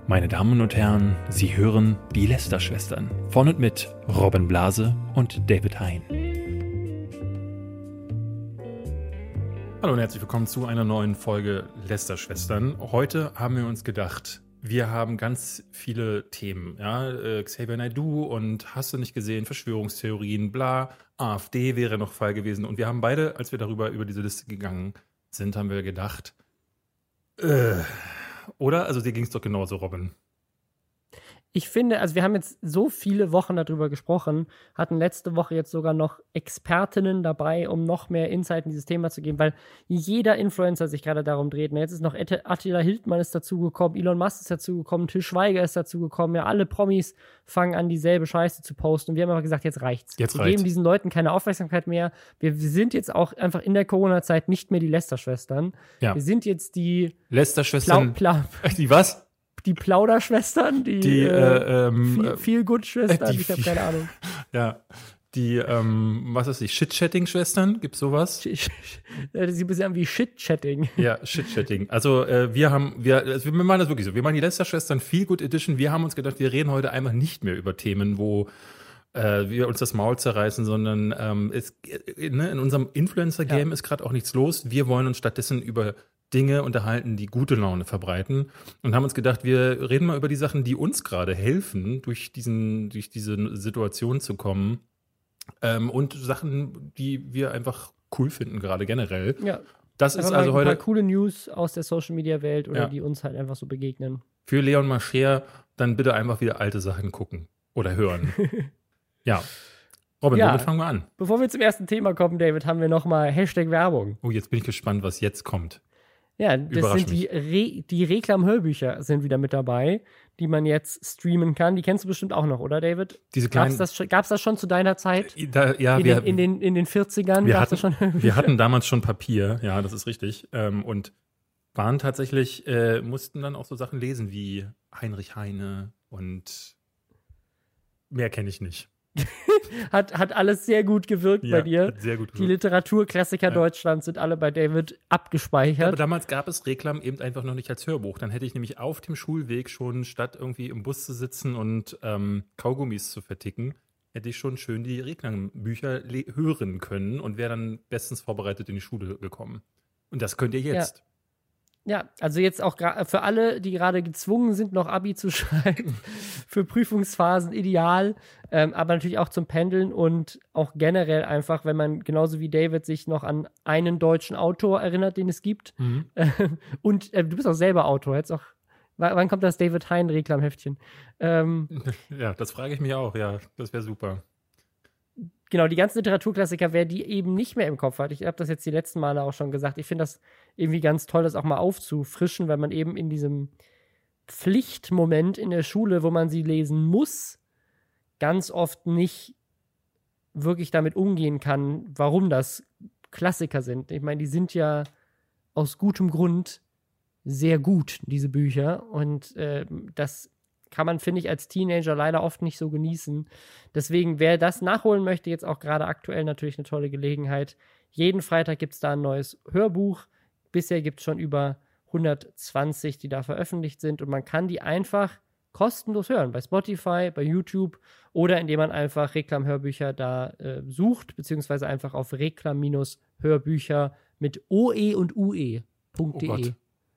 Meine Damen und Herren, Sie hören die Lester-Schwestern. Von und mit Robin Blase und David Hein. Hallo und herzlich willkommen zu einer neuen Folge Lester-Schwestern. Heute haben wir uns gedacht, wir haben ganz viele Themen. Ja? Xavier Naidoo und hast du nicht gesehen, Verschwörungstheorien, bla, AfD wäre noch Fall gewesen. Und wir haben beide, als wir über diese Liste gegangen sind, haben wir gedacht, oder? Also dir ging es doch genauso, Robin. Ich finde, also wir haben jetzt so viele Wochen darüber gesprochen, hatten letzte Woche jetzt sogar noch Expertinnen dabei, um noch mehr Insight in dieses Thema zu geben, weil jeder Influencer sich gerade darum dreht. Jetzt ist noch Attila Hildmann ist dazugekommen, Elon Musk ist dazugekommen, Til Schweiger ist dazugekommen, ja, alle Promis fangen an, dieselbe Scheiße zu posten. Und wir haben aber gesagt, jetzt reicht's. Wir geben diesen Leuten keine Aufmerksamkeit mehr. Wir sind jetzt auch einfach in der Corona-Zeit nicht mehr die Lester-Schwestern. Ja. Wir sind jetzt die Lester-Schwestern. Die was? Die Plauderschwestern, die Feel-Good-Schwestern, ich habe keine Ahnung. Ja, die, was ist die, Shit-Chatting-Schwestern, gibt's sowas? Sie ein bisschen wie Shit-Chatting. Ja, Shit-Chatting. Also wir machen das wirklich so, wir machen die Lester-Schwestern Feel-Good Edition, wir haben uns gedacht, wir reden heute einfach nicht mehr über Themen, wo wir uns das Maul zerreißen, sondern in unserem Influencer-Game ist gerade auch nichts los, wir wollen uns stattdessen über Dinge unterhalten, die gute Laune verbreiten und haben uns gedacht, wir reden mal über die Sachen, die uns gerade helfen, durch diese Situation zu kommen und Sachen, die wir einfach cool finden, gerade generell. Ja. Das ist also heute ein paar coole News aus der Social-Media-Welt oder die uns halt einfach so begegnen. Für Leon Mascher dann bitte einfach wieder alte Sachen gucken oder hören. Ja. Robin, womit fangen wir an? Bevor wir zum ersten Thema kommen, David, haben wir nochmal #Werbung. Oh, jetzt bin ich gespannt, was jetzt kommt. Ja, das sind die Reklam-Hörbücher sind wieder mit dabei, die man jetzt streamen kann. Die kennst du bestimmt auch noch, oder David? Diese kleinen. Gab's das schon zu deiner Zeit? In den 40ern gab's das schon Hörbücher? Wir hatten damals schon Papier, ja, das ist richtig. Und waren tatsächlich, mussten dann auch so Sachen lesen wie Heinrich Heine und mehr kenne ich nicht. Hat alles sehr gut gewirkt bei dir. Hat sehr gut gewirkt. Die Literaturklassiker Deutschlands sind alle bei David abgespeichert. Aber damals gab es Reklam eben einfach noch nicht als Hörbuch. Dann hätte ich nämlich auf dem Schulweg schon, statt irgendwie im Bus zu sitzen und Kaugummis zu verticken, hätte ich schon schön die Reklambücher hören können und wäre dann bestens vorbereitet in die Schule gekommen. Und das könnt ihr jetzt. Ja, also jetzt auch für alle, die gerade gezwungen sind, noch Abi zu schreiben, für Prüfungsphasen ideal, aber natürlich auch zum Pendeln und auch generell einfach, wenn man genauso wie David sich noch an einen deutschen Autor erinnert, den es gibt. Mhm. Und du bist auch selber Autor, jetzt auch. Wann kommt das David Hein Reklamheftchen? Ja, das frage ich mich auch, ja, das wäre super. Genau, die ganzen Literaturklassiker, wer die eben nicht mehr im Kopf hat, ich habe das jetzt die letzten Male auch schon gesagt, ich finde das irgendwie ganz toll, das auch mal aufzufrischen, weil man eben in diesem Pflichtmoment in der Schule, wo man sie lesen muss, ganz oft nicht wirklich damit umgehen kann, warum das Klassiker sind. Ich meine, die sind ja aus gutem Grund sehr gut, diese Bücher, und das kann man, finde ich, als Teenager leider oft nicht so genießen. Deswegen, wer das nachholen möchte, jetzt auch gerade aktuell natürlich eine tolle Gelegenheit. Jeden Freitag gibt es da ein neues Hörbuch. Bisher gibt es schon über 120, die da veröffentlicht sind. Und man kann die einfach kostenlos hören. Bei Spotify, bei YouTube oder indem man einfach Reklam-Hörbücher da sucht, beziehungsweise einfach auf reklam-hörbücher mit OE und UE.de. Oh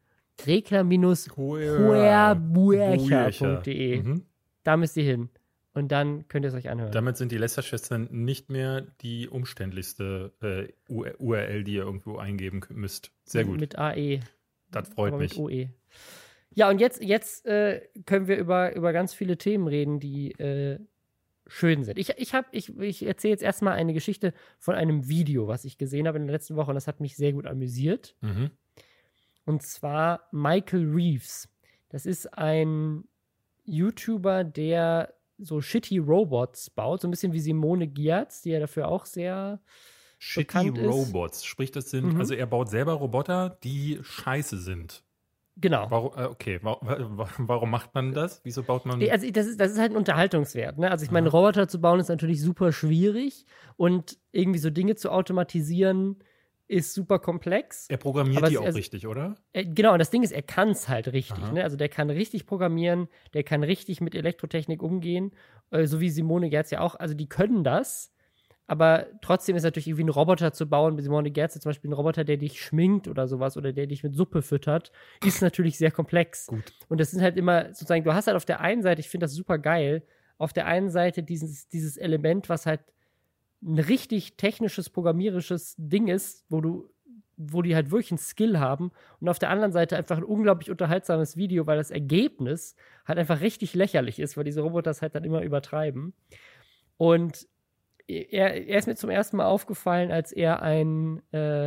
reklam-hörbücher.de. Da müsst ihr hin. Und dann könnt ihr es euch anhören. Damit sind die Lester-Schwestern nicht mehr die umständlichste URL, die ihr irgendwo eingeben müsst. Sehr gut. Mit AE. Das freut mich. Mit OE. Ja, und jetzt können wir über ganz viele Themen reden, die schön sind. Ich erzähle jetzt erstmal eine Geschichte von einem Video, was ich gesehen habe in der letzten Woche, und das hat mich sehr gut amüsiert. Mhm. Und zwar Michael Reeves. Das ist ein YouTuber, der so shitty Robots baut, so ein bisschen wie Simone Giertz, die ja dafür auch sehr bekannt ist. Shitty Robots, sprich das sind, also er baut selber Roboter, die scheiße sind. Genau. Warum macht man das? Wieso baut man... Also das ist halt ein Unterhaltungswert. Ne? Also ich meine, Roboter zu bauen ist natürlich super schwierig und irgendwie so Dinge zu automatisieren, ist super komplex. Er programmiert die auch richtig, oder? Genau, und das Ding ist, er kann es halt richtig. Aha. Ne? Also der kann richtig programmieren, der kann richtig mit Elektrotechnik umgehen, so wie Simone Gerz ja auch. Also die können das, aber trotzdem ist natürlich irgendwie ein Roboter zu bauen, wie Simone Gerz, zum Beispiel ein Roboter, der dich schminkt oder sowas oder der dich mit Suppe füttert, ist natürlich sehr komplex. Gut. Und das sind halt immer sozusagen, du hast halt auf der einen Seite, ich finde das super geil, auf der einen Seite dieses Element, was halt ein richtig technisches, programmierisches Ding ist, wo die halt wirklich einen Skill haben und auf der anderen Seite einfach ein unglaublich unterhaltsames Video, weil das Ergebnis halt einfach richtig lächerlich ist, weil diese Roboter das halt dann immer übertreiben. Und er ist mir zum ersten Mal aufgefallen, als er einen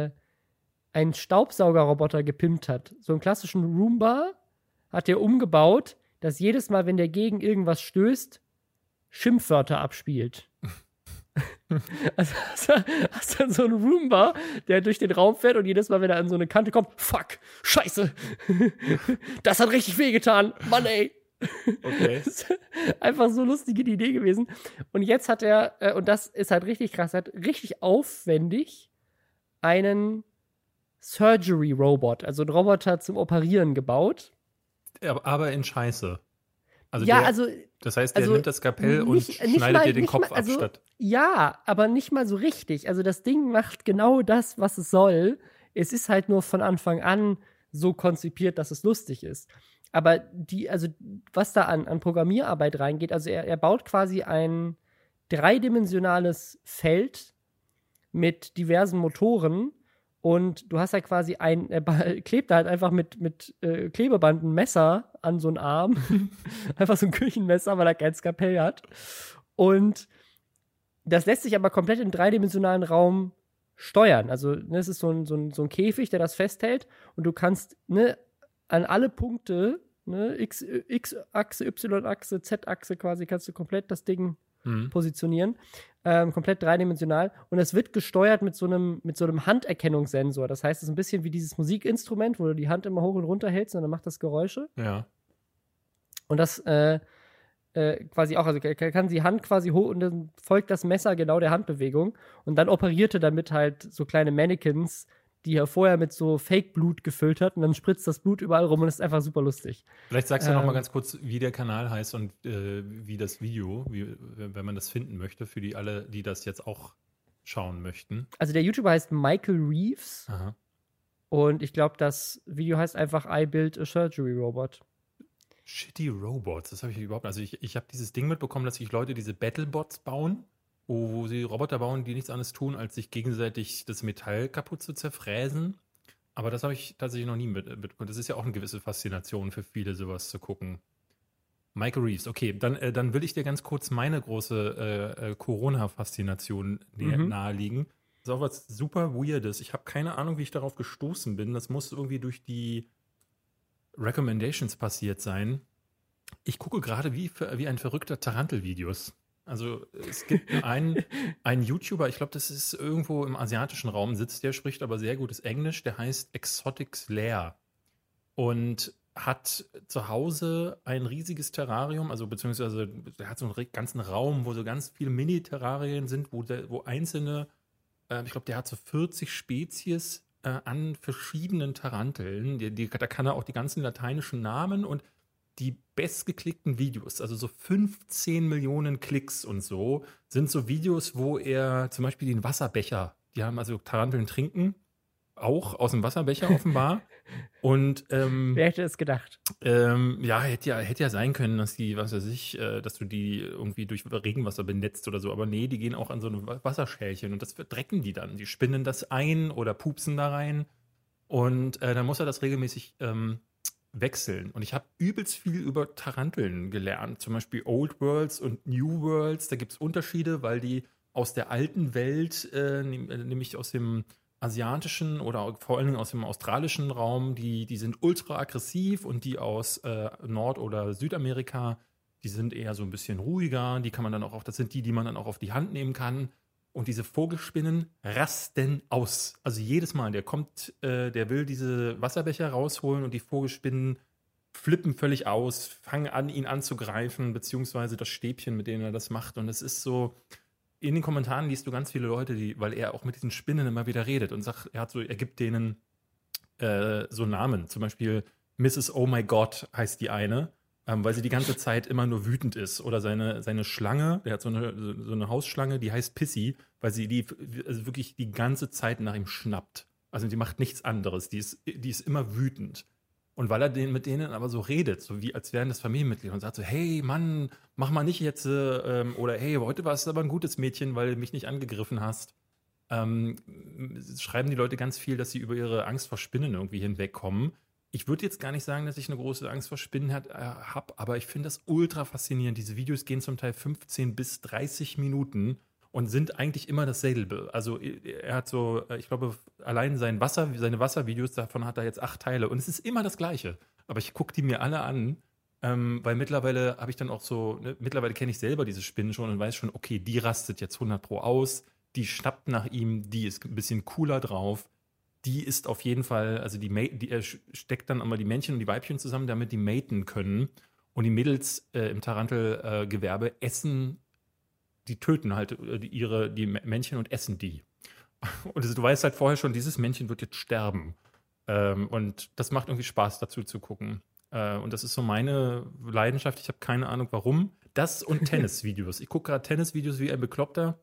Staubsaugerroboter gepimpt hat. So einen klassischen Roomba hat er umgebaut, dass jedes Mal, wenn der gegen irgendwas stößt, Schimpfwörter abspielt. Also hast du dann so einen Roomba, der durch den Raum fährt und jedes Mal, wenn er an so eine Kante kommt, fuck, scheiße, das hat richtig wehgetan, Mann ey. Okay. Das ist einfach so lustige Idee gewesen. Und jetzt hat er, und das ist halt richtig krass, er hat richtig aufwendig einen Surgery-Robot, also einen Roboter zum Operieren gebaut. Aber in Scheiße. Also Ja, das heißt, der nimmt das Skalpell und schneidet dir den Kopf ab statt. Ja, aber nicht mal so richtig. Also das Ding macht genau das, was es soll. Es ist halt nur von Anfang an so konzipiert, dass es lustig ist. Aber was da an Programmierarbeit reingeht, also er baut quasi ein dreidimensionales Feld mit diversen Motoren und du hast halt quasi er klebt da halt einfach mit Klebeband ein Messer an so einen Arm. Einfach so ein Küchenmesser, weil er kein Skalpell hat. Und das lässt sich aber komplett im dreidimensionalen Raum steuern. Also, es ist so ein Käfig, der das festhält und du kannst an alle Punkte, X-Achse, Y-Achse, Z-Achse quasi, kannst du komplett das Ding positionieren. Komplett dreidimensional. Und es wird gesteuert mit so einem Handerkennungssensor. Das heißt, es ist ein bisschen wie dieses Musikinstrument, wo du die Hand immer hoch und runter hältst und dann macht das Geräusche. Ja. Und das quasi auch, also er kann die Hand quasi hoch und dann folgt das Messer genau der Handbewegung. Und dann operierte damit halt so kleine Mannequins, die er vorher mit so Fake-Blut gefüllt hat und dann spritzt das Blut überall rum und ist einfach super lustig. Vielleicht sagst du noch mal ganz kurz, wie der Kanal heißt und wie das Video, wenn man das finden möchte, für die alle, die das jetzt auch schauen möchten. Also der YouTuber heißt Michael Reeves. Aha. Und ich glaube, das Video heißt einfach I Built a Surgery Robot. Shitty Robots, das habe ich überhaupt. Also ich habe dieses Ding mitbekommen, dass sich Leute diese Battlebots bauen, wo sie Roboter bauen, die nichts anderes tun, als sich gegenseitig das Metall kaputt zu zerfräsen. Aber das habe ich tatsächlich noch nie mitbekommen. Das ist ja auch eine gewisse Faszination für viele, sowas zu gucken. Michael Reeves, okay, dann will ich dir ganz kurz meine große Corona-Faszination naheliegen. Das ist auch was super Weirdes. Ich habe keine Ahnung, wie ich darauf gestoßen bin. Das muss irgendwie durch die Recommendations passiert sein. Ich gucke gerade wie ein verrückter Tarantel-Videos. Also es gibt einen YouTuber, ich glaube, das ist irgendwo im asiatischen Raum sitzt, der spricht aber sehr gutes Englisch, der heißt Exotics Lair und hat zu Hause ein riesiges Terrarium, also beziehungsweise der hat so einen ganzen Raum, wo so ganz viele Mini-Terrarien sind, wo einzelne, ich glaube, der hat so 40 Spezies an verschiedenen Taranteln. Da kann er auch die ganzen lateinischen Namen und die bestgeklickten Videos, also so 15 Millionen Klicks und so, sind so Videos, wo er zum Beispiel den Wasserbecher, die haben also Taranteln trinken, auch aus dem Wasserbecher offenbar. Und wer hätte es gedacht? Ja, hätte ja sein können, dass die, was weiß ich, dass du die irgendwie durch Regenwasser benetzt oder so, aber nee, die gehen auch an so ein Wasserschälchen und das verdrecken die dann. Die spinnen das ein oder pupsen da rein und dann muss er das regelmäßig wechseln. Und ich habe übelst viel über Taranteln gelernt, zum Beispiel Old Worlds und New Worlds. Da gibt es Unterschiede, weil die aus der alten Welt, nämlich aus dem asiatischen oder vor allen Dingen aus dem australischen Raum, die sind ultra aggressiv und die aus Nord- oder Südamerika, die sind eher so ein bisschen ruhiger. Die kann man dann auch das sind die man dann auch auf die Hand nehmen kann. Und diese Vogelspinnen rasten aus. Also jedes Mal, der will diese Wasserbecher rausholen und die Vogelspinnen flippen völlig aus, fangen an, ihn anzugreifen, beziehungsweise das Stäbchen, mit dem er das macht. Und es ist so, in den Kommentaren liest du ganz viele Leute, weil er auch mit diesen Spinnen immer wieder redet und sagt, er gibt denen so Namen. Zum Beispiel Mrs. Oh My God heißt die eine, weil sie die ganze Zeit immer nur wütend ist. Oder seine Schlange, der hat so eine Hausschlange, die heißt Pissy, weil sie also wirklich die ganze Zeit nach ihm schnappt. Also die macht nichts anderes, die ist immer wütend. Und weil er mit denen aber so redet, so wie als wären das Familienmitglieder und sagt so, hey Mann, mach mal nicht jetzt, oder hey, heute warst du aber ein gutes Mädchen, weil du mich nicht angegriffen hast. Schreiben die Leute ganz viel, dass sie über ihre Angst vor Spinnen irgendwie hinwegkommen. Ich würde jetzt gar nicht sagen, dass ich eine große Angst vor Spinnen habe, aber ich finde das ultra faszinierend. Diese Videos gehen zum Teil 15 bis 30 Minuten und sind eigentlich immer dasselbe. Also er hat so, ich glaube, allein seine Wasservideos, davon hat er jetzt 8 Teile und es ist immer das Gleiche. Aber ich gucke die mir alle an, weil mittlerweile habe ich dann auch so, ne, mittlerweile kenne ich selber diese Spinnen schon und weiß schon, okay, die rastet jetzt 100% aus, die schnappt nach ihm, die ist ein bisschen cooler drauf. Die ist auf jeden Fall, also er steckt dann einmal die Männchen und die Weibchen zusammen, damit die maten können. Und die Mädels im Tarantelgewerbe die töten halt die Männchen und essen die. Und du weißt halt vorher schon, dieses Männchen wird jetzt sterben. Und das macht irgendwie Spaß, dazu zu gucken. Und das ist so meine Leidenschaft. Ich habe keine Ahnung, warum. Das und Tennisvideos. Ich gucke gerade Tennisvideos wie ein Bekloppter.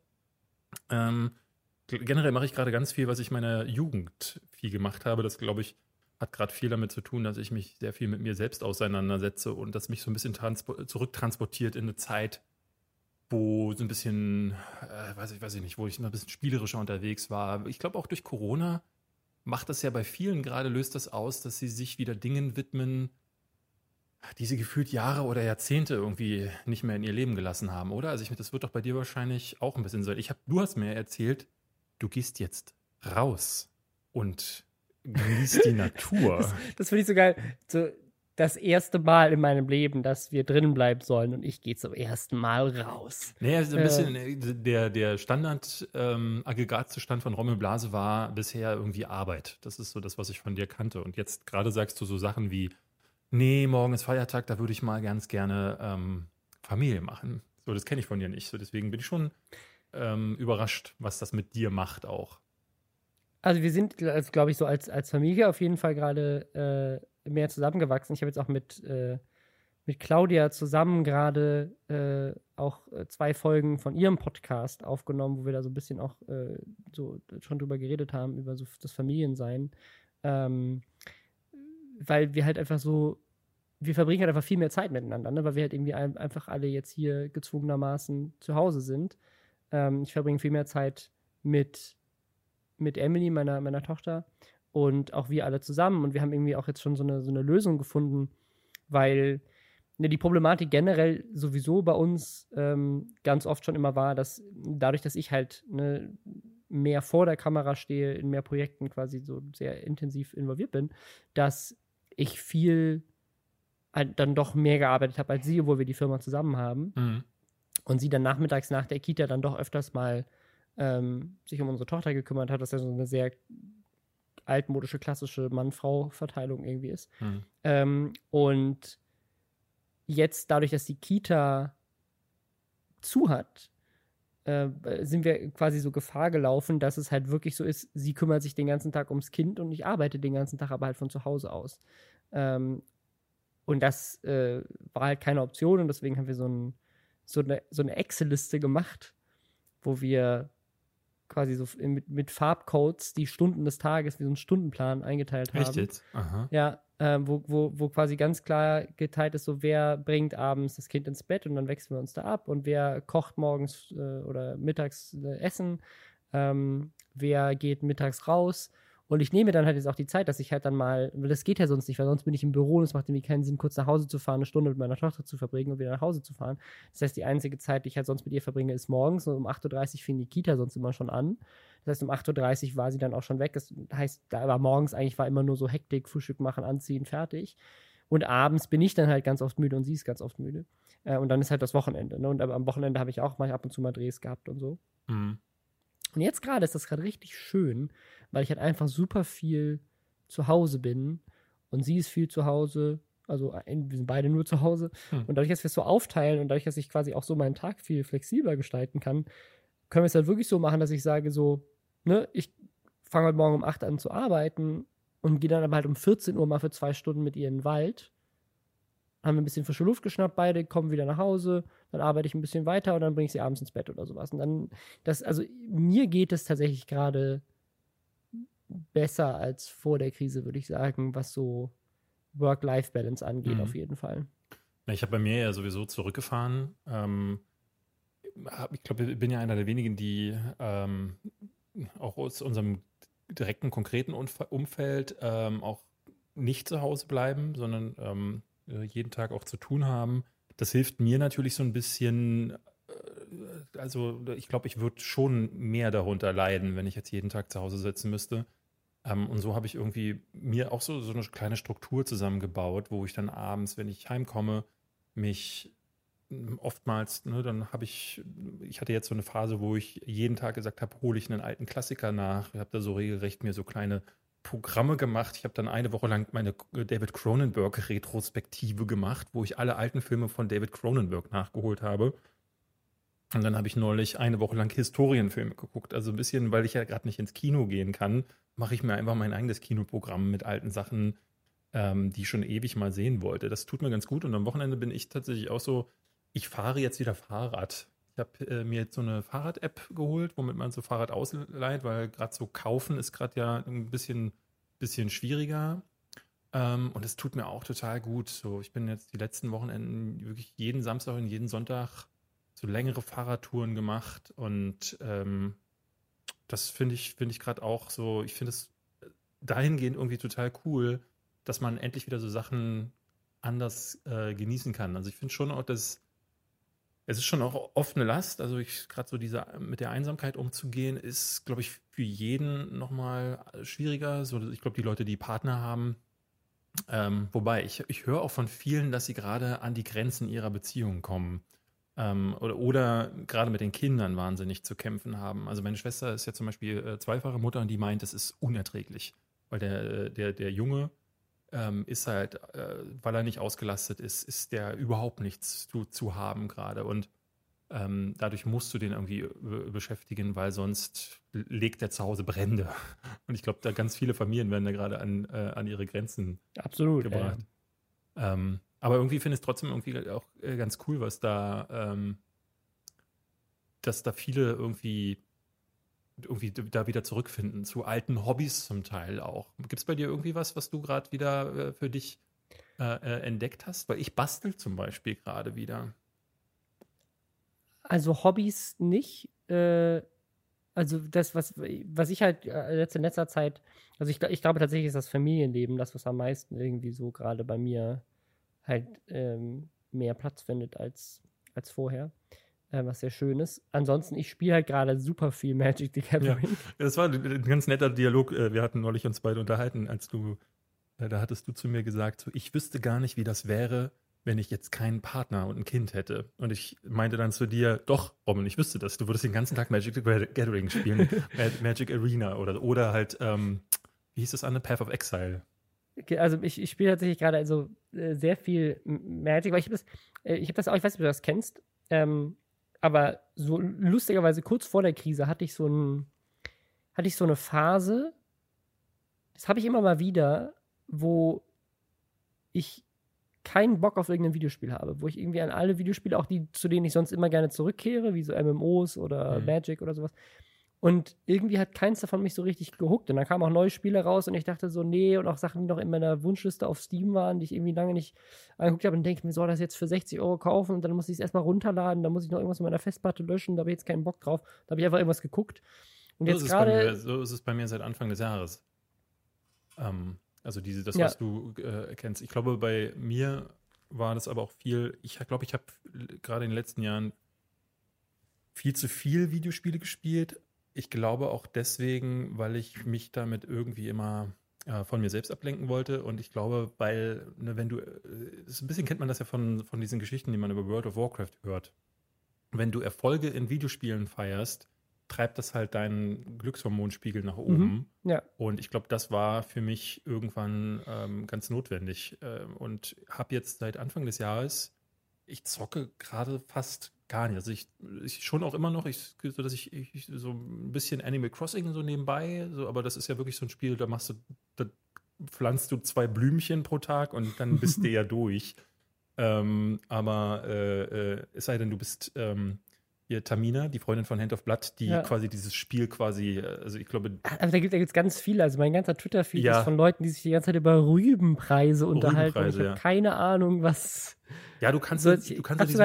Generell mache ich gerade ganz viel, was ich in meiner Jugend viel gemacht habe. Das, glaube ich, hat gerade viel damit zu tun, dass ich mich sehr viel mit mir selbst auseinandersetze und das mich so ein bisschen zurücktransportiert in eine Zeit, wo so ein bisschen, weiß ich nicht, wo ich immer ein bisschen spielerischer unterwegs war. Ich glaube, auch durch Corona macht das ja bei vielen gerade, löst das aus, dass sie sich wieder Dingen widmen, die sie gefühlt Jahre oder Jahrzehnte irgendwie nicht mehr in ihr Leben gelassen haben, oder? Also das wird doch bei dir wahrscheinlich auch ein bisschen so. Du hast mir erzählt, du gehst jetzt raus und genießt die Natur. Das finde ich so geil. So, das erste Mal in meinem Leben, dass wir drinnen bleiben sollen und ich gehe zum ersten Mal raus. Naja, so ein bisschen der Standard-Aggregatzustand von Rommel Blase war bisher irgendwie Arbeit. Das ist so das, was ich von dir kannte. Und jetzt gerade sagst du so Sachen wie, nee, morgen ist Feiertag, da würde ich mal ganz gerne Familie machen. So, das kenne ich von dir nicht. So, deswegen bin ich schon überrascht, was das mit dir macht auch. Also wir sind, glaube ich, so als Familie auf jeden Fall gerade mehr zusammengewachsen. Ich habe jetzt auch mit Claudia zusammen gerade auch 2 Folgen von ihrem Podcast aufgenommen, wo wir da so ein bisschen auch so schon drüber geredet haben, über so das Familiensein. Weil wir halt einfach so, wir verbringen halt einfach viel mehr Zeit miteinander, ne? Weil wir halt irgendwie einfach alle jetzt hier gezwungenermaßen zu Hause sind. Ich verbringe viel mehr Zeit mit Emily, meiner Tochter, und auch wir alle zusammen. Und wir haben irgendwie auch jetzt schon so eine Lösung gefunden, weil die Problematik generell sowieso bei uns ganz oft schon immer war, dass dadurch, dass ich halt mehr vor der Kamera stehe, in mehr Projekten quasi so sehr intensiv involviert bin, dass ich viel halt dann doch mehr gearbeitet habe als sie, obwohl wir die Firma zusammen haben. Mhm. Und sie dann nachmittags nach der Kita dann doch öfters mal sich um unsere Tochter gekümmert hat, was ja so eine sehr altmodische, klassische Mann-Frau-Verteilung irgendwie ist. Mhm. Und jetzt, dadurch, dass die Kita zu hat, sind wir quasi so Gefahr gelaufen, dass es halt wirklich so ist, sie kümmert sich den ganzen Tag ums Kind und ich arbeite den ganzen Tag aber halt von zu Hause aus. Und das war halt keine Option und deswegen haben wir so eine Excel-Liste gemacht, wo wir quasi so mit Farbcodes die Stunden des Tages wie so einen Stundenplan eingeteilt haben. Echt jetzt? Aha. Ja, wo quasi ganz klar geteilt ist, so wer bringt abends das Kind ins Bett und dann wechseln wir uns da ab und wer kocht morgens oder mittags Essen, wer geht mittags raus. Und ich nehme dann halt jetzt auch die Zeit, dass ich halt dann mal, weil das geht ja sonst nicht, weil sonst bin ich im Büro und es macht irgendwie keinen Sinn, kurz nach Hause zu fahren, eine Stunde mit meiner Tochter zu verbringen und wieder nach Hause zu fahren. Das heißt, die einzige Zeit, die ich halt sonst mit ihr verbringe, ist morgens und um 8.30 Uhr fing die Kita sonst immer schon an. Das heißt, um 8.30 Uhr war sie dann auch schon weg. Das heißt, da war morgens eigentlich immer nur so Hektik, Frühstück machen, anziehen, fertig. Und abends bin ich dann halt ganz oft müde und sie ist ganz oft müde. Und dann ist halt das Wochenende. Ne? Und am Wochenende habe ich auch mal ab und zu mal Drehs gehabt und so. Mhm. Und jetzt gerade ist das gerade richtig schön, weil ich halt einfach super viel zu Hause bin und sie ist viel zu Hause, also wir sind beide nur zu Hause. Und dadurch, dass wir es so aufteilen und dadurch, dass ich quasi auch so meinen Tag viel flexibler gestalten kann, können wir es halt wirklich so machen, dass ich sage so, ne, ich fange heute Morgen um 8 an zu arbeiten und gehe dann aber halt um 14 Uhr mal für 2 Stunden mit ihr in den Wald. Haben wir ein bisschen frische Luft geschnappt, beide kommen wieder nach Hause, dann arbeite ich ein bisschen weiter und dann bringe ich sie abends ins Bett oder sowas. Und dann, also mir geht es tatsächlich gerade besser als vor der Krise, würde ich sagen, was so Work-Life-Balance angeht, auf jeden Fall. Ich habe bei mir ja sowieso zurückgefahren. Ich glaube, ich bin ja einer der wenigen, die auch aus unserem direkten, konkreten Umfeld auch nicht zu Hause bleiben, sondern jeden Tag auch zu tun haben. Das hilft mir natürlich so ein bisschen, also ich glaube, ich würde schon mehr darunter leiden, wenn ich jetzt jeden Tag zu Hause sitzen müsste. Und so habe ich irgendwie mir auch so eine kleine Struktur zusammengebaut, wo ich dann abends, wenn ich heimkomme, mich oftmals, ne, dann ich hatte jetzt so eine Phase, wo ich jeden Tag gesagt habe, hole ich einen alten Klassiker nach. Ich habe da so regelrecht mir so kleine Programme gemacht. Ich habe dann eine Woche lang meine David Cronenberg-Retrospektive gemacht, wo ich alle alten Filme von David Cronenberg nachgeholt habe. Und dann habe ich neulich eine Woche lang Historienfilme geguckt. Also ein bisschen, weil ich ja gerade nicht ins Kino gehen kann, mache ich mir einfach mein eigenes Kinoprogramm mit alten Sachen, die ich schon ewig mal sehen wollte. Das tut mir ganz gut. Und am Wochenende bin ich tatsächlich auch so, ich fahre jetzt wieder Fahrrad. Ich habe mir jetzt so eine Fahrrad-App geholt, womit man so Fahrrad ausleiht, weil gerade so kaufen ist gerade ja ein bisschen schwieriger. Und es tut mir auch total gut. So, ich bin jetzt die letzten Wochenenden wirklich jeden Samstag und jeden Sonntag so längere Fahrradtouren gemacht. Und das finde ich gerade auch so, ich finde es dahingehend irgendwie total cool, dass man endlich wieder so Sachen anders genießen kann. Also ich finde schon auch, dass es ist schon auch oft eine Last. Also gerade so mit der Einsamkeit umzugehen, ist, glaube ich, für jeden nochmal schwieriger. So, ich glaube, die Leute, die Partner haben, wobei ich höre auch von vielen, dass sie gerade an die Grenzen ihrer Beziehung kommen. Oder gerade mit den Kindern wahnsinnig zu kämpfen haben. Also meine Schwester ist ja zum Beispiel zweifache Mutter und die meint, es ist unerträglich, weil der Junge ist halt, weil er nicht ausgelastet ist der überhaupt nichts zu haben gerade. Und dadurch musst du den irgendwie beschäftigen, weil sonst legt der zu Hause Brände. Und ich glaube, da ganz viele Familien werden da gerade an ihre Grenzen Absolut, gebracht. Ja. Aber irgendwie finde ich es trotzdem irgendwie auch ganz cool, was da, dass da viele irgendwie da wieder zurückfinden, zu alten Hobbys zum Teil auch. Gibt es bei dir irgendwie was du gerade wieder für dich entdeckt hast? Weil ich bastel zum Beispiel gerade wieder. Also Hobbys nicht. Also das, was ich halt in letzter Zeit, also ich glaube tatsächlich ist das Familienleben das, was am meisten irgendwie so gerade bei mir halt mehr Platz findet als vorher. Was sehr schön ist. Ansonsten, ich spiele halt gerade super viel Magic the Gathering. Ja, das war ein ganz netter Dialog. Wir hatten neulich uns beide unterhalten, da hattest du zu mir gesagt, so, ich wüsste gar nicht, wie das wäre, wenn ich jetzt keinen Partner und ein Kind hätte. Und ich meinte dann zu dir, doch, Robin, ich wüsste das. Du würdest den ganzen Tag Magic the Gathering spielen. Magic Arena oder halt, wie hieß das andere? Path of Exile. Also ich spiele tatsächlich gerade also sehr viel Magic, weil ich habe das auch, ich weiß nicht, ob du das kennst, aber so lustigerweise kurz vor der Krise hatte ich so eine Phase, das habe ich immer mal wieder, wo ich keinen Bock auf irgendein Videospiel habe, wo ich irgendwie an alle Videospiele, auch die, zu denen ich sonst immer gerne zurückkehre, wie so MMOs oder Magic oder sowas. Und irgendwie hat keins davon mich so richtig gehuckt. Und dann kamen auch neue Spiele raus und ich dachte so, nee, und auch Sachen, die noch in meiner Wunschliste auf Steam waren, die ich irgendwie lange nicht angeguckt habe. Und denke ich mir, soll das jetzt für 60 € kaufen? Und dann muss ich es erstmal runterladen, dann muss ich noch irgendwas in meiner Festplatte löschen, da habe ich jetzt keinen Bock drauf. Da habe ich einfach irgendwas geguckt. Und jetzt gerade. So ist es bei mir seit Anfang des Jahres. Also das, Ja. was du kennst. Ich glaube, bei mir war das aber auch viel, ich glaube, ich habe gerade in den letzten Jahren viel zu viel Videospiele gespielt. Ich glaube auch deswegen, weil ich mich damit irgendwie immer von mir selbst ablenken wollte. Und ich glaube, weil, ne, wenn du, ein bisschen kennt man das ja von diesen Geschichten, die man über World of Warcraft hört. Wenn du Erfolge in Videospielen feierst, treibt das halt deinen Glückshormonspiegel nach oben. Ja. Und ich glaube, das war für mich irgendwann ganz notwendig. Und habe jetzt seit Anfang des Jahres, ich zocke gerade fast gar nicht. Also ich schon auch immer noch, so dass ich so ein bisschen Animal Crossing so nebenbei, so, aber das ist ja wirklich so ein Spiel, da pflanzt du 2 Blümchen pro Tag und dann bist du ja durch. Aber es sei denn, du bist hier Tamina, die Freundin von Hand of Blood, die quasi dieses Spiel also ich glaube. Aber da gibt's ganz viele. Also mein ganzer Twitter-Feed Ja. ist von Leuten, die sich die ganze Zeit über Rübenpreise unterhalten. Und ich habe ja. keine Ahnung, was. Ja, du kannst Hast du sogar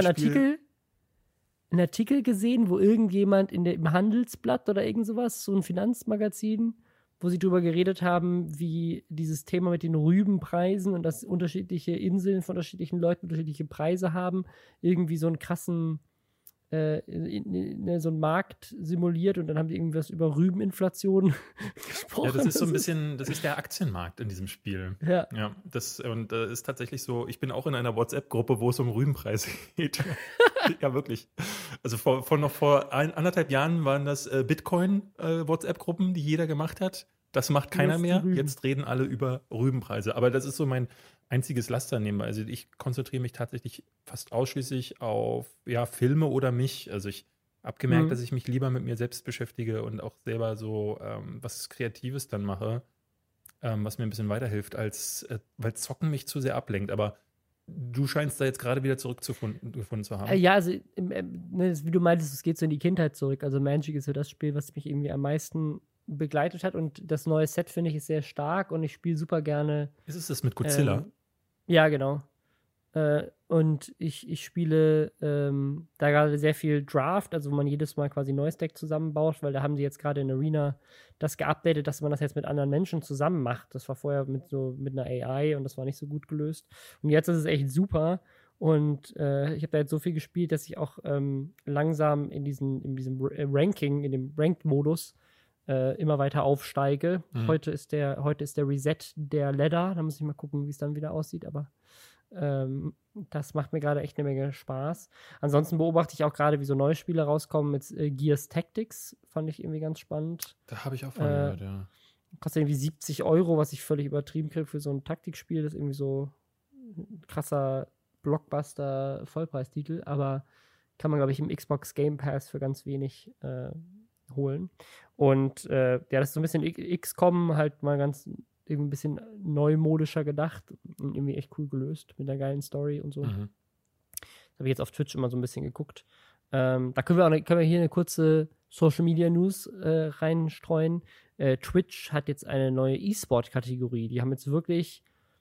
einen Artikel gesehen, wo irgendjemand im Handelsblatt oder irgend sowas, so ein Finanzmagazin, wo sie drüber geredet haben, wie dieses Thema mit den Rübenpreisen und dass unterschiedliche Inseln von unterschiedlichen Leuten unterschiedliche Preise haben, irgendwie so einen krassen so einen Markt simuliert und dann haben die irgendwas über Rübeninflation gesprochen. Ja, das ist so ein bisschen, das ist der Aktienmarkt in diesem Spiel. Ja. Ja, das ist tatsächlich so, ich bin auch in einer WhatsApp-Gruppe, wo es um Rübenpreise geht. Ja, wirklich. Also vor 1,5 Jahren waren das Bitcoin-WhatsApp-Gruppen, die jeder gemacht hat. Das macht keiner mehr. Jetzt reden alle über Rübenpreise. Aber das ist so mein einziges Laster nebenbei. Also ich konzentriere mich tatsächlich fast ausschließlich auf Filme oder mich. Also ich habe gemerkt, dass ich mich lieber mit mir selbst beschäftige und auch selber so was Kreatives dann mache, was mir ein bisschen weiterhilft, weil Zocken mich zu sehr ablenkt. Aber du scheinst da jetzt gerade wieder zurückgefunden zu haben. Ja, also wie du meintest, es geht so in die Kindheit zurück. Also Magic ist so das Spiel, was mich irgendwie am meisten begleitet hat und das neue Set finde ich ist sehr stark und ich spiele super gerne. Ist es das mit Godzilla? Ja, genau. Und ich spiele da gerade sehr viel Draft, also wo man jedes Mal quasi ein neues Deck zusammenbaut, weil da haben sie jetzt gerade in Arena das geupdatet, dass man das jetzt mit anderen Menschen zusammen macht. Das war vorher mit einer AI und das war nicht so gut gelöst. Und jetzt ist es echt super. Und ich habe da jetzt so viel gespielt, dass ich auch langsam in diesem Ranking, in dem Ranked-Modus immer weiter aufsteige. Heute ist der Reset der Ladder. Da muss ich mal gucken, wie es dann wieder aussieht, aber das macht mir gerade echt eine Menge Spaß. Ansonsten beobachte ich auch gerade, wie so neue Spiele rauskommen mit Gears Tactics. Fand ich irgendwie ganz spannend. Da habe ich auch von gehört, ja. Kostet irgendwie 70 €, was ich völlig übertrieben kriege für so ein Taktikspiel. Das ist irgendwie so ein krasser Blockbuster-Vollpreistitel, aber kann man, glaube ich, im Xbox Game Pass für ganz wenig holen. Und das ist so ein bisschen XCOM halt mal ganz irgendwie ein bisschen neumodischer gedacht und irgendwie echt cool gelöst mit einer geilen Story und so. Das habe ich jetzt auf Twitch immer so ein bisschen geguckt. Da können wir hier eine kurze Social Media News reinstreuen. Twitch hat jetzt eine neue E-Sport-Kategorie. Die haben jetzt wirklich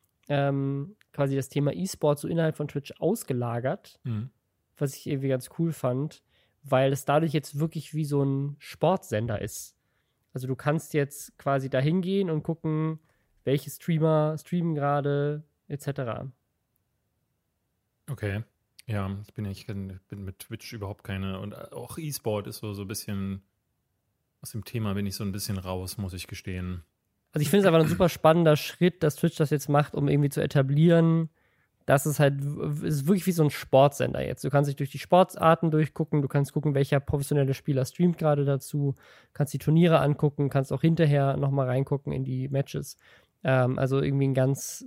quasi das Thema E-Sport so innerhalb von Twitch ausgelagert, was ich irgendwie ganz cool fand, weil es dadurch jetzt wirklich wie so ein Sportsender ist. Also du kannst jetzt quasi da hingehen und gucken, welche Streamer streamen gerade, etc. Okay. Ja, ich bin mit Twitch überhaupt keine, und auch E-Sport ist so ein bisschen, aus dem Thema bin ich so ein bisschen raus, muss ich gestehen. Also ich finde es einfach ein super spannender Schritt, dass Twitch das jetzt macht, um irgendwie zu etablieren, dass es ist wirklich wie so ein Sportsender jetzt. Du kannst dich durch die Sportarten durchgucken, du kannst gucken, welcher professionelle Spieler streamt gerade dazu, kannst die Turniere angucken, kannst auch hinterher nochmal reingucken in die Matches. Also irgendwie ein ganz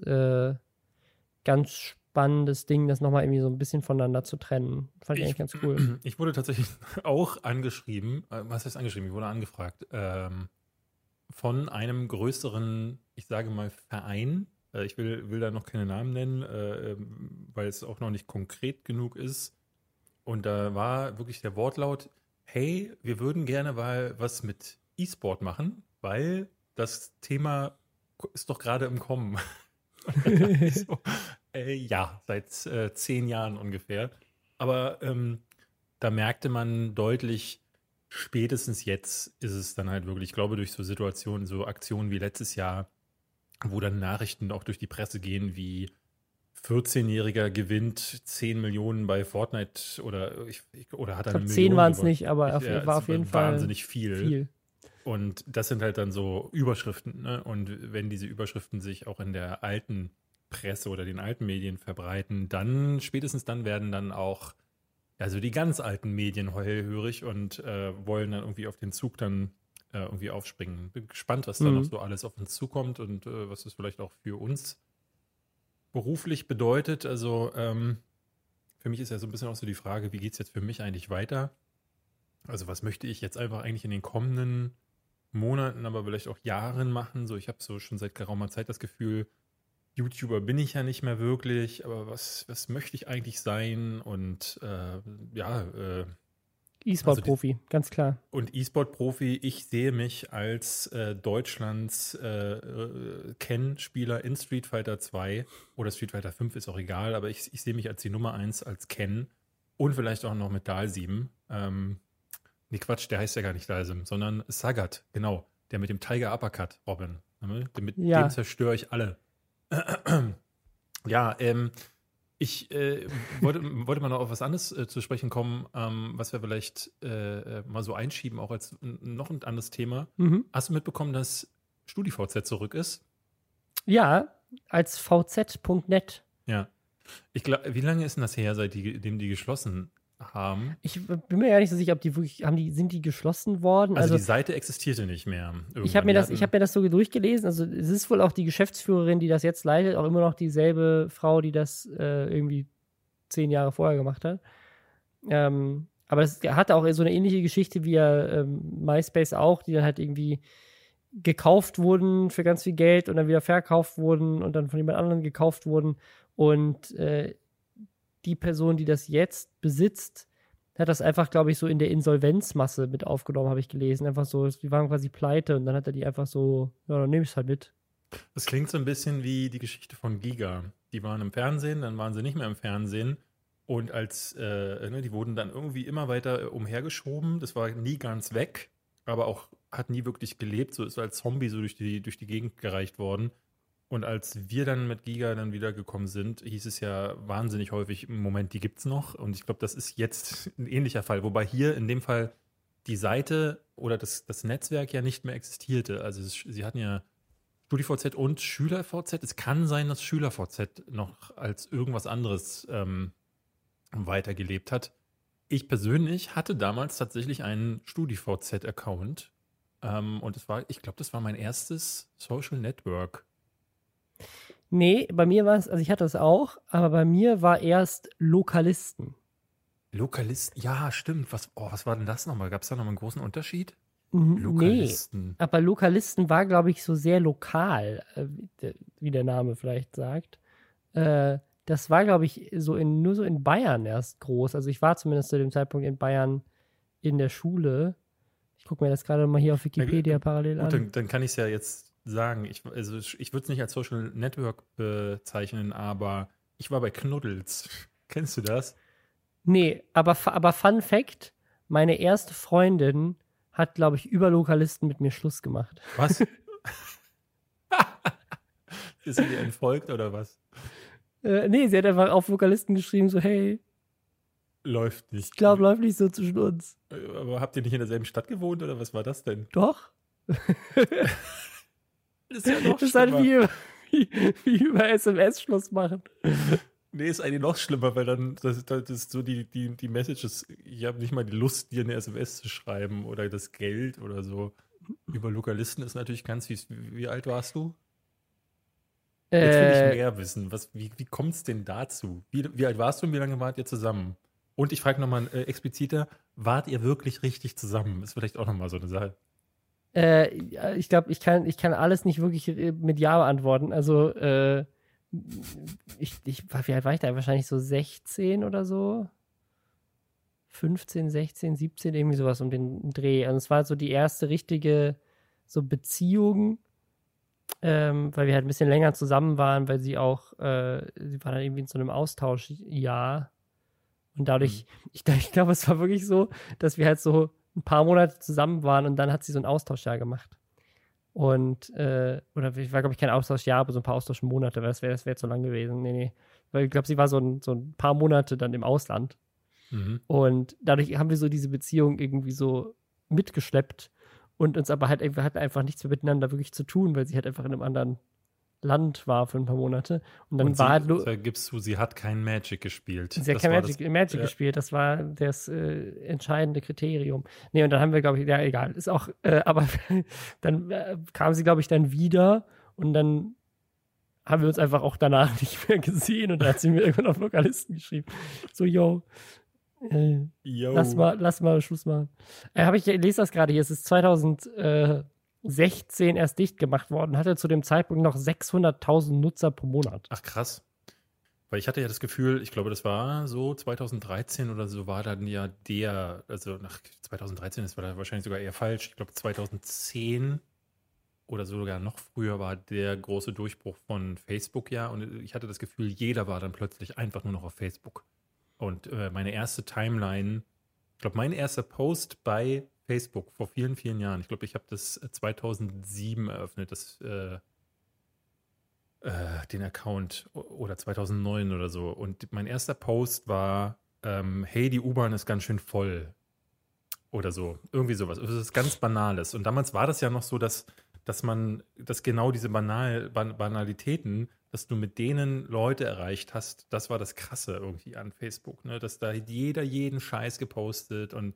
spannendes Ding, das nochmal irgendwie so ein bisschen voneinander zu trennen. Fand ich eigentlich ganz cool. Ich wurde tatsächlich auch angeschrieben, was heißt angeschrieben? Ich wurde angefragt von einem größeren, ich sage mal, Verein. Ich will da noch keine Namen nennen, weil es auch noch nicht konkret genug ist. Und da war wirklich der Wortlaut, hey, wir würden gerne mal was mit E-Sport machen, weil das Thema ist doch gerade im Kommen. So, ja, seit 10 Jahren ungefähr. Aber da merkte man deutlich, spätestens jetzt ist es dann halt wirklich, ich glaube, durch so Situationen, so Aktionen wie letztes Jahr, wo dann Nachrichten auch durch die Presse gehen, wie 14-Jähriger gewinnt 10 Millionen bei Fortnite oder hat er eine Million. 10 waren es nicht, aber war auf jeden Fall wahnsinnig viel. Und das sind halt dann so Überschriften, ne? Und wenn diese Überschriften sich auch in der alten Presse oder den alten Medien verbreiten, dann spätestens dann werden dann auch also die ganz alten Medien hellhörig und wollen dann irgendwie auf den Zug dann irgendwie aufspringen. Bin gespannt, was da noch so alles auf uns zukommt und was das vielleicht auch für uns beruflich bedeutet. Also für mich ist ja so ein bisschen auch so die Frage, wie geht es jetzt für mich eigentlich weiter? Also was möchte ich jetzt einfach eigentlich in den kommenden Monaten, aber vielleicht auch Jahren machen? So, ich habe so schon seit geraumer Zeit das Gefühl, YouTuber bin ich ja nicht mehr wirklich, aber was möchte ich eigentlich sein? Und E-Sport-Profi, ganz klar. und E-Sport-Profi, ich sehe mich als Deutschlands Ken-Spieler in Street Fighter 2 oder Street Fighter 5, ist auch egal, aber ich sehe mich als die Nummer 1 als Ken und vielleicht auch noch mit Dalsim. Nee, Quatsch, der heißt ja gar nicht Dalsim, sondern Sagat, genau, der mit dem Tiger Uppercut, Robin. Mit dem zerstöre ich alle. Ja, ich wollte mal noch auf was anderes zu sprechen kommen, was wir vielleicht mal so einschieben, auch als noch ein anderes Thema. Mhm. Hast du mitbekommen, dass StudiVZ zurück ist? Ja, als vz.net. Ja. Wie lange ist denn das her, seitdem die geschlossen haben? Ich bin mir gar nicht so sicher, ob die wirklich, sind die geschlossen worden? Also die Seite existierte nicht mehr. Ich habe mir das so durchgelesen. Also es ist wohl auch die Geschäftsführerin, die das jetzt leitet, auch immer noch dieselbe Frau, die das irgendwie 10 Jahre vorher gemacht hat. Aber das hatte auch so eine ähnliche Geschichte wie MySpace auch, die dann halt irgendwie gekauft wurden für ganz viel Geld und dann wieder verkauft wurden und dann von jemand anderem gekauft wurden. Und die Person, die das jetzt besitzt, hat das einfach, glaube ich, so in der Insolvenzmasse mit aufgenommen, habe ich gelesen. Einfach so, die waren quasi pleite und dann hat er die einfach so, ja, dann nehme ich es halt mit. Das klingt so ein bisschen wie die Geschichte von Giga. Die waren im Fernsehen, dann waren sie nicht mehr im Fernsehen und die wurden dann irgendwie immer weiter umhergeschoben. Das war nie ganz weg, aber auch hat nie wirklich gelebt. So ist als Zombie so durch die Gegend gereicht worden. Und als wir dann mit Giga dann wiedergekommen sind, hieß es ja wahnsinnig häufig, im Moment, die gibt's noch. Und ich glaube, das ist jetzt ein ähnlicher Fall. Wobei hier in dem Fall die Seite oder das Netzwerk ja nicht mehr existierte. Also sie hatten ja StudiVZ und SchülerVZ. Es kann sein, dass SchülerVZ noch als irgendwas anderes weitergelebt hat. Ich persönlich hatte damals tatsächlich einen StudiVZ-Account. Und ich glaube, das war mein erstes Social Network. Nee, bei mir war es, also ich hatte das auch, aber bei mir war erst Lokalisten. Lokalisten, ja, stimmt. Was war denn das nochmal? Gab es da nochmal einen großen Unterschied? Lokalisten. Nee, aber Lokalisten war, glaube ich, so sehr lokal, wie der Name vielleicht sagt. Das war, glaube ich, nur so in Bayern erst groß. Also ich war zumindest zu dem Zeitpunkt in Bayern in der Schule. Ich gucke mir das gerade mal hier auf Wikipedia parallel an. Dann kann ich es ja jetzt sagen. Ich würde es nicht als Social Network bezeichnen, aber ich war bei Knuddels. Kennst du das? Nee, aber Fun Fact, meine erste Freundin hat, glaube ich, über Lokalisten mit mir Schluss gemacht. Was? Ist sie dir entfolgt oder was? Nee, sie hat einfach auf Lokalisten geschrieben, so hey. Läuft nicht. Ich glaube, läuft nicht so zwischen uns. Aber habt ihr nicht in derselben Stadt gewohnt oder was war das denn? Doch. Das ist ja noch das ist halt wie über SMS Schluss machen. Nee, ist eigentlich noch schlimmer, weil dann das ist so die Messages, ich habe nicht mal die Lust, dir eine SMS zu schreiben oder das Geld oder so. Über Lokalisten ist natürlich ganz fies. Wie alt warst du? Jetzt will ich mehr wissen. Wie kommt es denn dazu? Wie alt warst du und wie lange wart ihr zusammen? Und ich frage nochmal expliziter, wart ihr wirklich richtig zusammen? Ist vielleicht auch nochmal so eine Sache. Ich glaube, ich kann alles nicht wirklich mit Ja beantworten. Also, wie alt war ich da? Wahrscheinlich so 16 oder so. 15, 16, 17, irgendwie sowas um den Dreh. Und es war so die erste richtige so Beziehung, weil wir halt ein bisschen länger zusammen waren, weil sie war dann irgendwie in so einem Austauschjahr. Und dadurch, ich glaube, es war wirklich so, dass wir halt so ein paar Monate zusammen waren und dann hat sie so ein Austauschjahr gemacht. Und, oder ich war, glaube ich, kein Austauschjahr, aber so ein paar Austauschmonate, weil das wäre zu lang gewesen. Nee. Weil ich glaube, sie war so ein paar Monate dann im Ausland. Mhm. Und dadurch haben wir so diese Beziehung irgendwie so mitgeschleppt und uns aber halt einfach nichts mehr miteinander wirklich zu tun, weil sie halt einfach in einem anderen Land war für ein paar Monate. Und dann war halt nur. Gibst du, sie hat kein Magic gespielt. Sie hat kein Magic gespielt, das war das entscheidende Kriterium. Nee, und dann haben wir, glaube ich, ja, egal, ist auch, aber dann kam sie, glaube ich, dann wieder und dann haben wir uns einfach auch danach nicht mehr gesehen und da hat sie mir irgendwann auf Lokalisten geschrieben. So, lass mal Schluss machen. Ich lese das gerade hier, es ist 2016 erst dicht gemacht worden, hatte zu dem Zeitpunkt noch 600.000 Nutzer pro Monat. Ach krass. Weil ich hatte ja das Gefühl, ich glaube, das war so 2013 oder so, war dann ja also nach 2013, das war da wahrscheinlich sogar eher falsch. Ich glaube 2010 oder sogar noch früher war der große Durchbruch von Facebook ja. Und ich hatte das Gefühl, jeder war dann plötzlich einfach nur noch auf Facebook. Und meine erste Timeline, ich glaube, mein erster Post bei Facebook vor vielen, vielen Jahren, ich glaube, ich habe das 2007 eröffnet, den Account oder 2009 oder so. Und mein erster Post war, hey, die U-Bahn ist ganz schön voll oder so. Irgendwie sowas. Das ist ganz Banales. Und damals war das ja noch so, dass genau diese Banalitäten, dass du mit denen Leute erreicht hast, das war das Krasse irgendwie an Facebook, ne? Dass da jeder jeden Scheiß gepostet und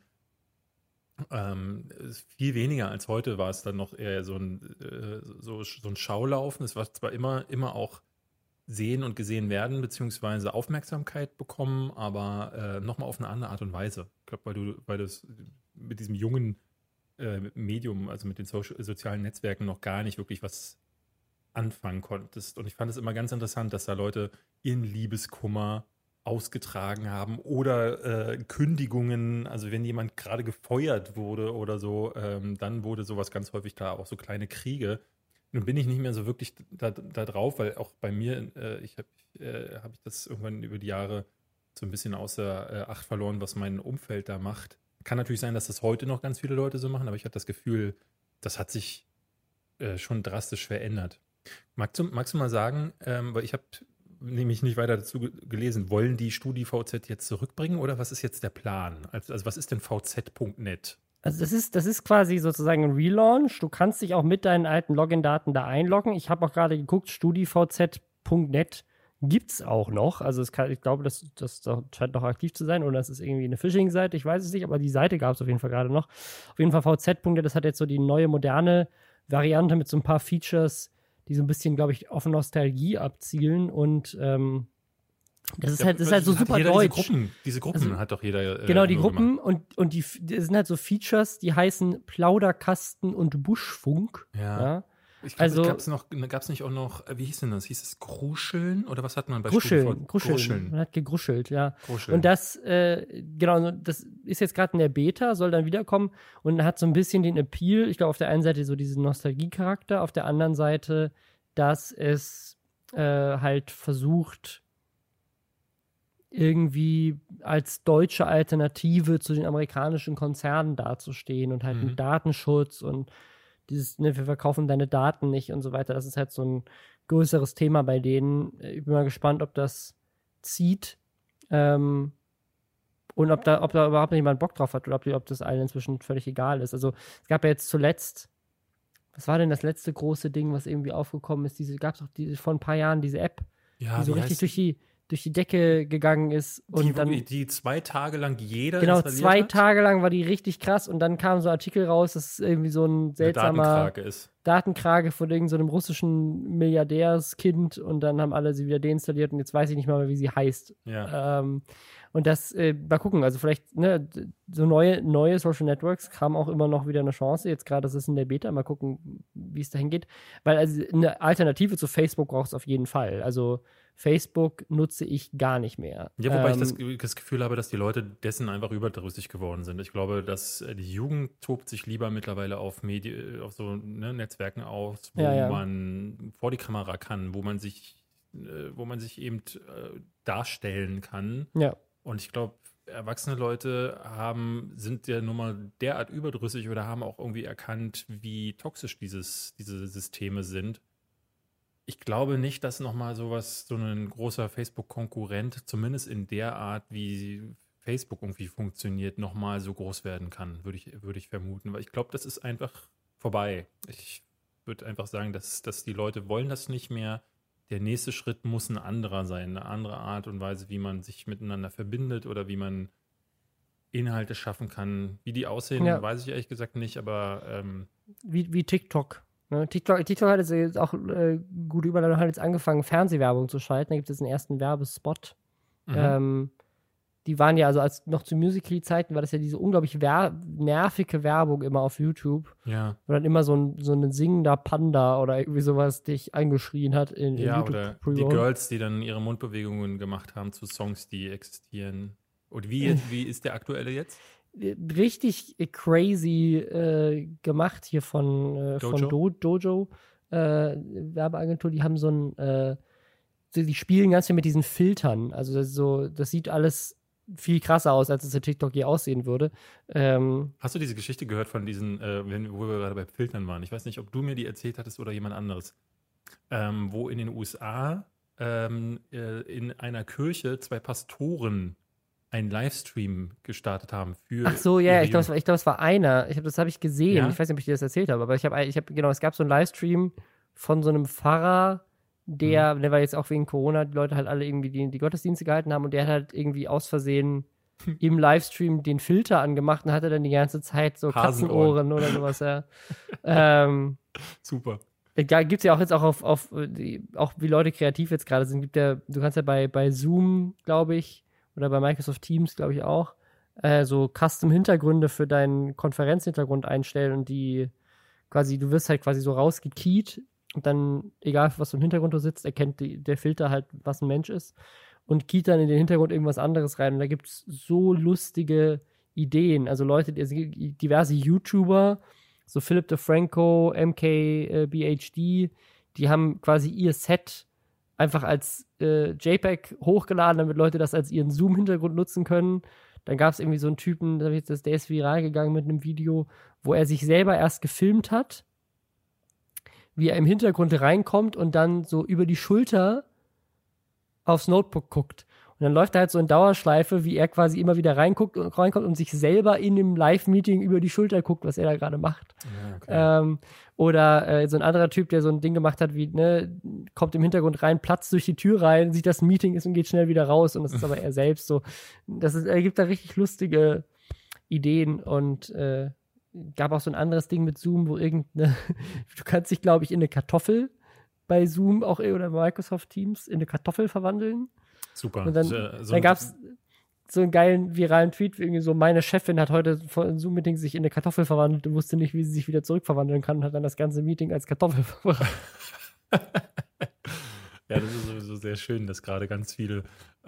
viel weniger als heute war es dann noch eher so ein Schaulaufen. Es war zwar immer auch sehen und gesehen werden, beziehungsweise Aufmerksamkeit bekommen, aber nochmal auf eine andere Art und Weise. Ich glaube, weil du mit diesem jungen Medium, also mit den sozialen Netzwerken noch gar nicht wirklich was anfangen konntest. Und ich fand es immer ganz interessant, dass da Leute ihren Liebeskummer ausgetragen haben oder Kündigungen, also wenn jemand gerade gefeuert wurde oder so, dann wurde sowas ganz häufig da, auch so kleine Kriege. Nun bin ich nicht mehr so wirklich da drauf, weil auch bei mir, habe ich das irgendwann über die Jahre so ein bisschen außer Acht verloren, was mein Umfeld da macht. Kann natürlich sein, dass das heute noch ganz viele Leute so machen, aber ich habe das Gefühl, das hat sich schon drastisch verändert. Magst du mal sagen, weil ich habe nämlich nicht weiter dazu gelesen, wollen die StudiVZ jetzt zurückbringen oder was ist jetzt der Plan? Also was ist denn vz.net? Also das ist quasi sozusagen ein Relaunch. Du kannst dich auch mit deinen alten Login-Daten da einloggen. Ich habe auch gerade geguckt, StudiVZ.net gibt es auch noch. Also ich glaube, das scheint noch aktiv zu sein oder das ist irgendwie eine Phishing-Seite, ich weiß es nicht, aber die Seite gab es auf jeden Fall gerade noch. Auf jeden Fall vz.net, das hat jetzt so die neue, moderne Variante mit so ein paar Features, die so ein bisschen, glaube ich, auf Nostalgie abzielen und das ist halt so super deutsch. Diese Gruppen hat doch jeder. Genau, die Gruppen und die sind halt so Features, die heißen Plauderkasten und Buschfunk. Ja. Ich glaube, gab es nicht auch noch, wie hieß denn das? Hieß es Gruscheln oder was hat man bei Gruscheln. Man hat gegruschelt, ja. Gruscheln. Und das, das ist jetzt gerade in der Beta, soll dann wiederkommen und hat so ein bisschen den Appeal, ich glaube, auf der einen Seite so diesen Nostalgie-Charakter, auf der anderen Seite, dass es halt versucht, irgendwie als deutsche Alternative zu den amerikanischen Konzernen dazustehen und halt mit Datenschutz und dieses, ne, wir verkaufen deine Daten nicht und so weiter. Das ist halt so ein größeres Thema bei denen. Ich bin mal gespannt, ob das zieht und ob da überhaupt noch jemand Bock drauf hat oder ob das allen inzwischen völlig egal ist. Also es gab ja jetzt zuletzt, was war denn das letzte große Ding, was irgendwie aufgekommen ist? Gab es doch vor ein paar Jahren diese App, die so richtig durch die Decke gegangen ist. Und die 2 Tage lang jeder installiert hat? Genau, 2 Tage lang war die richtig krass und dann kam so ein Artikel raus, dass es irgendwie so ein seltsamer Datenkrake von irgendeinem russischen Milliardärskind und dann haben alle sie wieder deinstalliert und jetzt weiß ich nicht mal mehr, wie sie heißt. Ja. Und das, mal gucken, also vielleicht, ne, so neue Social Networks haben auch immer noch wieder eine Chance. Jetzt gerade ist es in der Beta, mal gucken, wie es dahin geht. Weil also eine Alternative zu Facebook braucht es auf jeden Fall. Also Facebook nutze ich gar nicht mehr. Ja, wobei ich das Gefühl habe, dass die Leute dessen einfach überdrüssig geworden sind. Ich glaube, dass die Jugend tobt sich lieber mittlerweile auf so Netzwerken aus, wo man vor die Kamera kann, wo man sich eben darstellen kann. Ja. Und ich glaube, erwachsene Leute sind ja nun mal derart überdrüssig oder haben auch irgendwie erkannt, wie toxisch diese Systeme sind. Ich glaube nicht, dass nochmal so ein großer Facebook-Konkurrent, zumindest in der Art, wie Facebook irgendwie funktioniert, nochmal so groß werden kann, würde ich vermuten. Weil ich glaube, das ist einfach vorbei. Ich würde einfach sagen, dass die Leute wollen das nicht mehr. Der nächste Schritt muss ein anderer sein, eine andere Art und Weise, wie man sich miteinander verbindet oder wie man Inhalte schaffen kann. Wie die aussehen, weiß ich ehrlich gesagt nicht, aber wie TikTok. Ne? TikTok hat jetzt auch gute Überleitung, hat jetzt angefangen, Fernsehwerbung zu schalten. Da gibt es jetzt einen ersten Werbespot. Die waren ja, also als noch zu Musical.ly-Zeiten war das ja diese unglaublich nervige Werbung immer auf YouTube. Ja. Wo dann immer so ein singender Panda oder irgendwie sowas dich angeschrien hat in YouTube. Oder die Girls, die dann ihre Mundbewegungen gemacht haben zu Songs, die existieren. Und wie ist der aktuelle jetzt? Richtig crazy gemacht hier von Dojo Werbeagentur. Die haben so ein die spielen ganz viel mit diesen Filtern. Also das sieht alles viel krasser aus, als es in TikTok je aussehen würde. Hast du diese Geschichte gehört von diesen, wo wir gerade bei Filtern waren? Ich weiß nicht, ob du mir die erzählt hattest oder jemand anderes. Wo in den USA in einer Kirche 2 Pastoren einen Livestream gestartet haben für. Ach so, ja, ich glaube, es war einer. Das habe ich gesehen. Ja? Ich weiß nicht, ob ich dir das erzählt habe, aber genau, es gab so einen Livestream von so einem Pfarrer, der war jetzt auch wegen Corona, die Leute halt alle irgendwie die Gottesdienste gehalten haben und der hat halt irgendwie aus Versehen im Livestream den Filter angemacht und hatte dann die ganze Zeit so Katzenohren oder sowas, ja. Super. Da gibt es ja auch jetzt auch auch wie Leute kreativ jetzt gerade sind, du kannst ja bei Zoom, glaube ich, oder bei Microsoft Teams, glaube ich auch, so Custom-Hintergründe für deinen Konferenzhintergrund einstellen und die quasi, du wirst halt quasi so rausgekeyt und dann, egal was für ein Hintergrund du sitzt, erkennt der Filter halt, was ein Mensch ist und keyt dann in den Hintergrund irgendwas anderes rein. Und da gibt es so lustige Ideen. Also Leute, diverse YouTuber, so Philip DeFranco, MKBHD, die haben quasi ihr Set einfach als JPEG hochgeladen, damit Leute das als ihren Zoom-Hintergrund nutzen können. Dann gab es irgendwie so einen Typen, der ist viral gegangen mit einem Video, wo er sich selber erst gefilmt hat, wie er im Hintergrund reinkommt und dann so über die Schulter aufs Notebook guckt. Und dann läuft da halt so in Dauerschleife, wie er quasi immer wieder reinkommt und sich selber in einem Live-Meeting über die Schulter guckt, was er da gerade macht. Ja, okay. Oder so ein anderer Typ, der so ein Ding gemacht hat, wie, kommt im Hintergrund rein, platzt durch die Tür rein, sieht, dass ein Meeting ist und geht schnell wieder raus. Und das ist aber er selbst so. Er gibt da richtig lustige Ideen und gab auch so ein anderes Ding mit Zoom, wo du kannst dich, glaube ich, in eine Kartoffel bei Zoom auch oder Microsoft Teams in eine Kartoffel verwandeln. Super. Und dann gab es so einen geilen viralen Tweet, wie irgendwie so, meine Chefin hat heute vor einem Zoom-Meeting sich in eine Kartoffel verwandelt und wusste nicht, wie sie sich wieder zurückverwandeln kann und hat dann das ganze Meeting als Kartoffel verbracht. Ja, das ist sowieso sehr schön, dass gerade ganz viele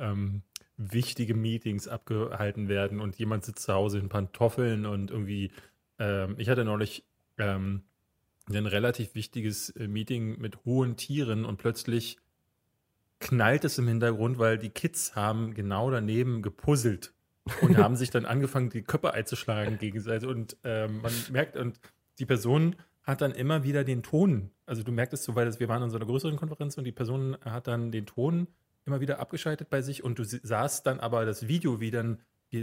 wichtige Meetings abgehalten werden und jemand sitzt zu Hause in Pantoffeln und irgendwie, ich hatte neulich ein relativ wichtiges Meeting mit hohen Tieren und plötzlich knallt es im Hintergrund, weil die Kids haben genau daneben gepuzzelt und haben sich dann angefangen, die Köpfe einzuschlagen gegenseitig. Und man merkt, und die Person hat dann immer wieder den Ton, also du merktest so, weil wir waren in so einer größeren Konferenz und die Person hat dann den Ton immer wieder abgeschaltet bei sich und du sahst dann aber das Video, wie dann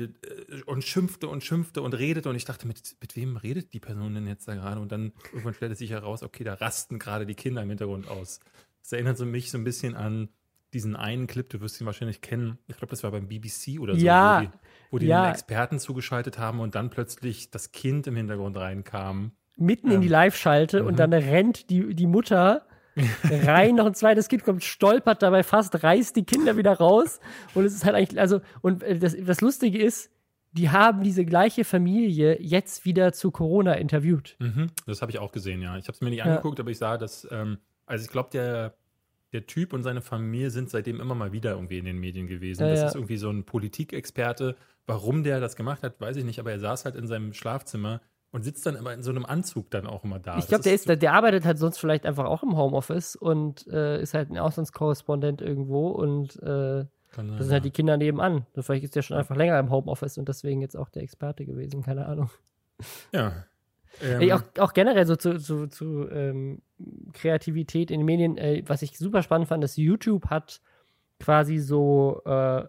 und schimpfte und redete und ich dachte, mit wem redet die Person denn jetzt da gerade? Und dann irgendwann stellte sich heraus, okay, da rasten gerade die Kinder im Hintergrund aus. Das erinnert mich so ein bisschen an diesen einen Clip, du wirst ihn wahrscheinlich kennen, ich glaube, das war beim BBC oder so, ja, wo die einen Experten zugeschaltet haben und dann plötzlich das Kind im Hintergrund reinkam. Mitten in die Live-Schalte und dann rennt die Mutter rein, noch ein zweites Kind kommt, stolpert dabei fast, reißt die Kinder wieder raus und es ist halt eigentlich, also, und das Lustige ist, die haben diese gleiche Familie jetzt wieder zu Corona interviewt. Das habe ich auch gesehen, ja. Ich habe es mir nicht angeguckt, aber ich sah, dass, also ich glaube, der Typ und seine Familie sind seitdem immer mal wieder irgendwie in den Medien gewesen. Das ist irgendwie so ein Politikexperte. Warum der das gemacht hat, weiß ich nicht, aber er saß halt in seinem Schlafzimmer und sitzt dann immer in so einem Anzug dann auch immer da. Ich glaube, der arbeitet halt sonst vielleicht einfach auch im Homeoffice und ist halt ein Auslandskorrespondent irgendwo und das sind halt die Kinder nebenan. Vielleicht ist der schon einfach länger im Homeoffice und deswegen jetzt auch der Experte gewesen, keine Ahnung. Ja. Auch generell so zu Kreativität in den Medien, was ich super spannend fand, dass YouTube hat quasi so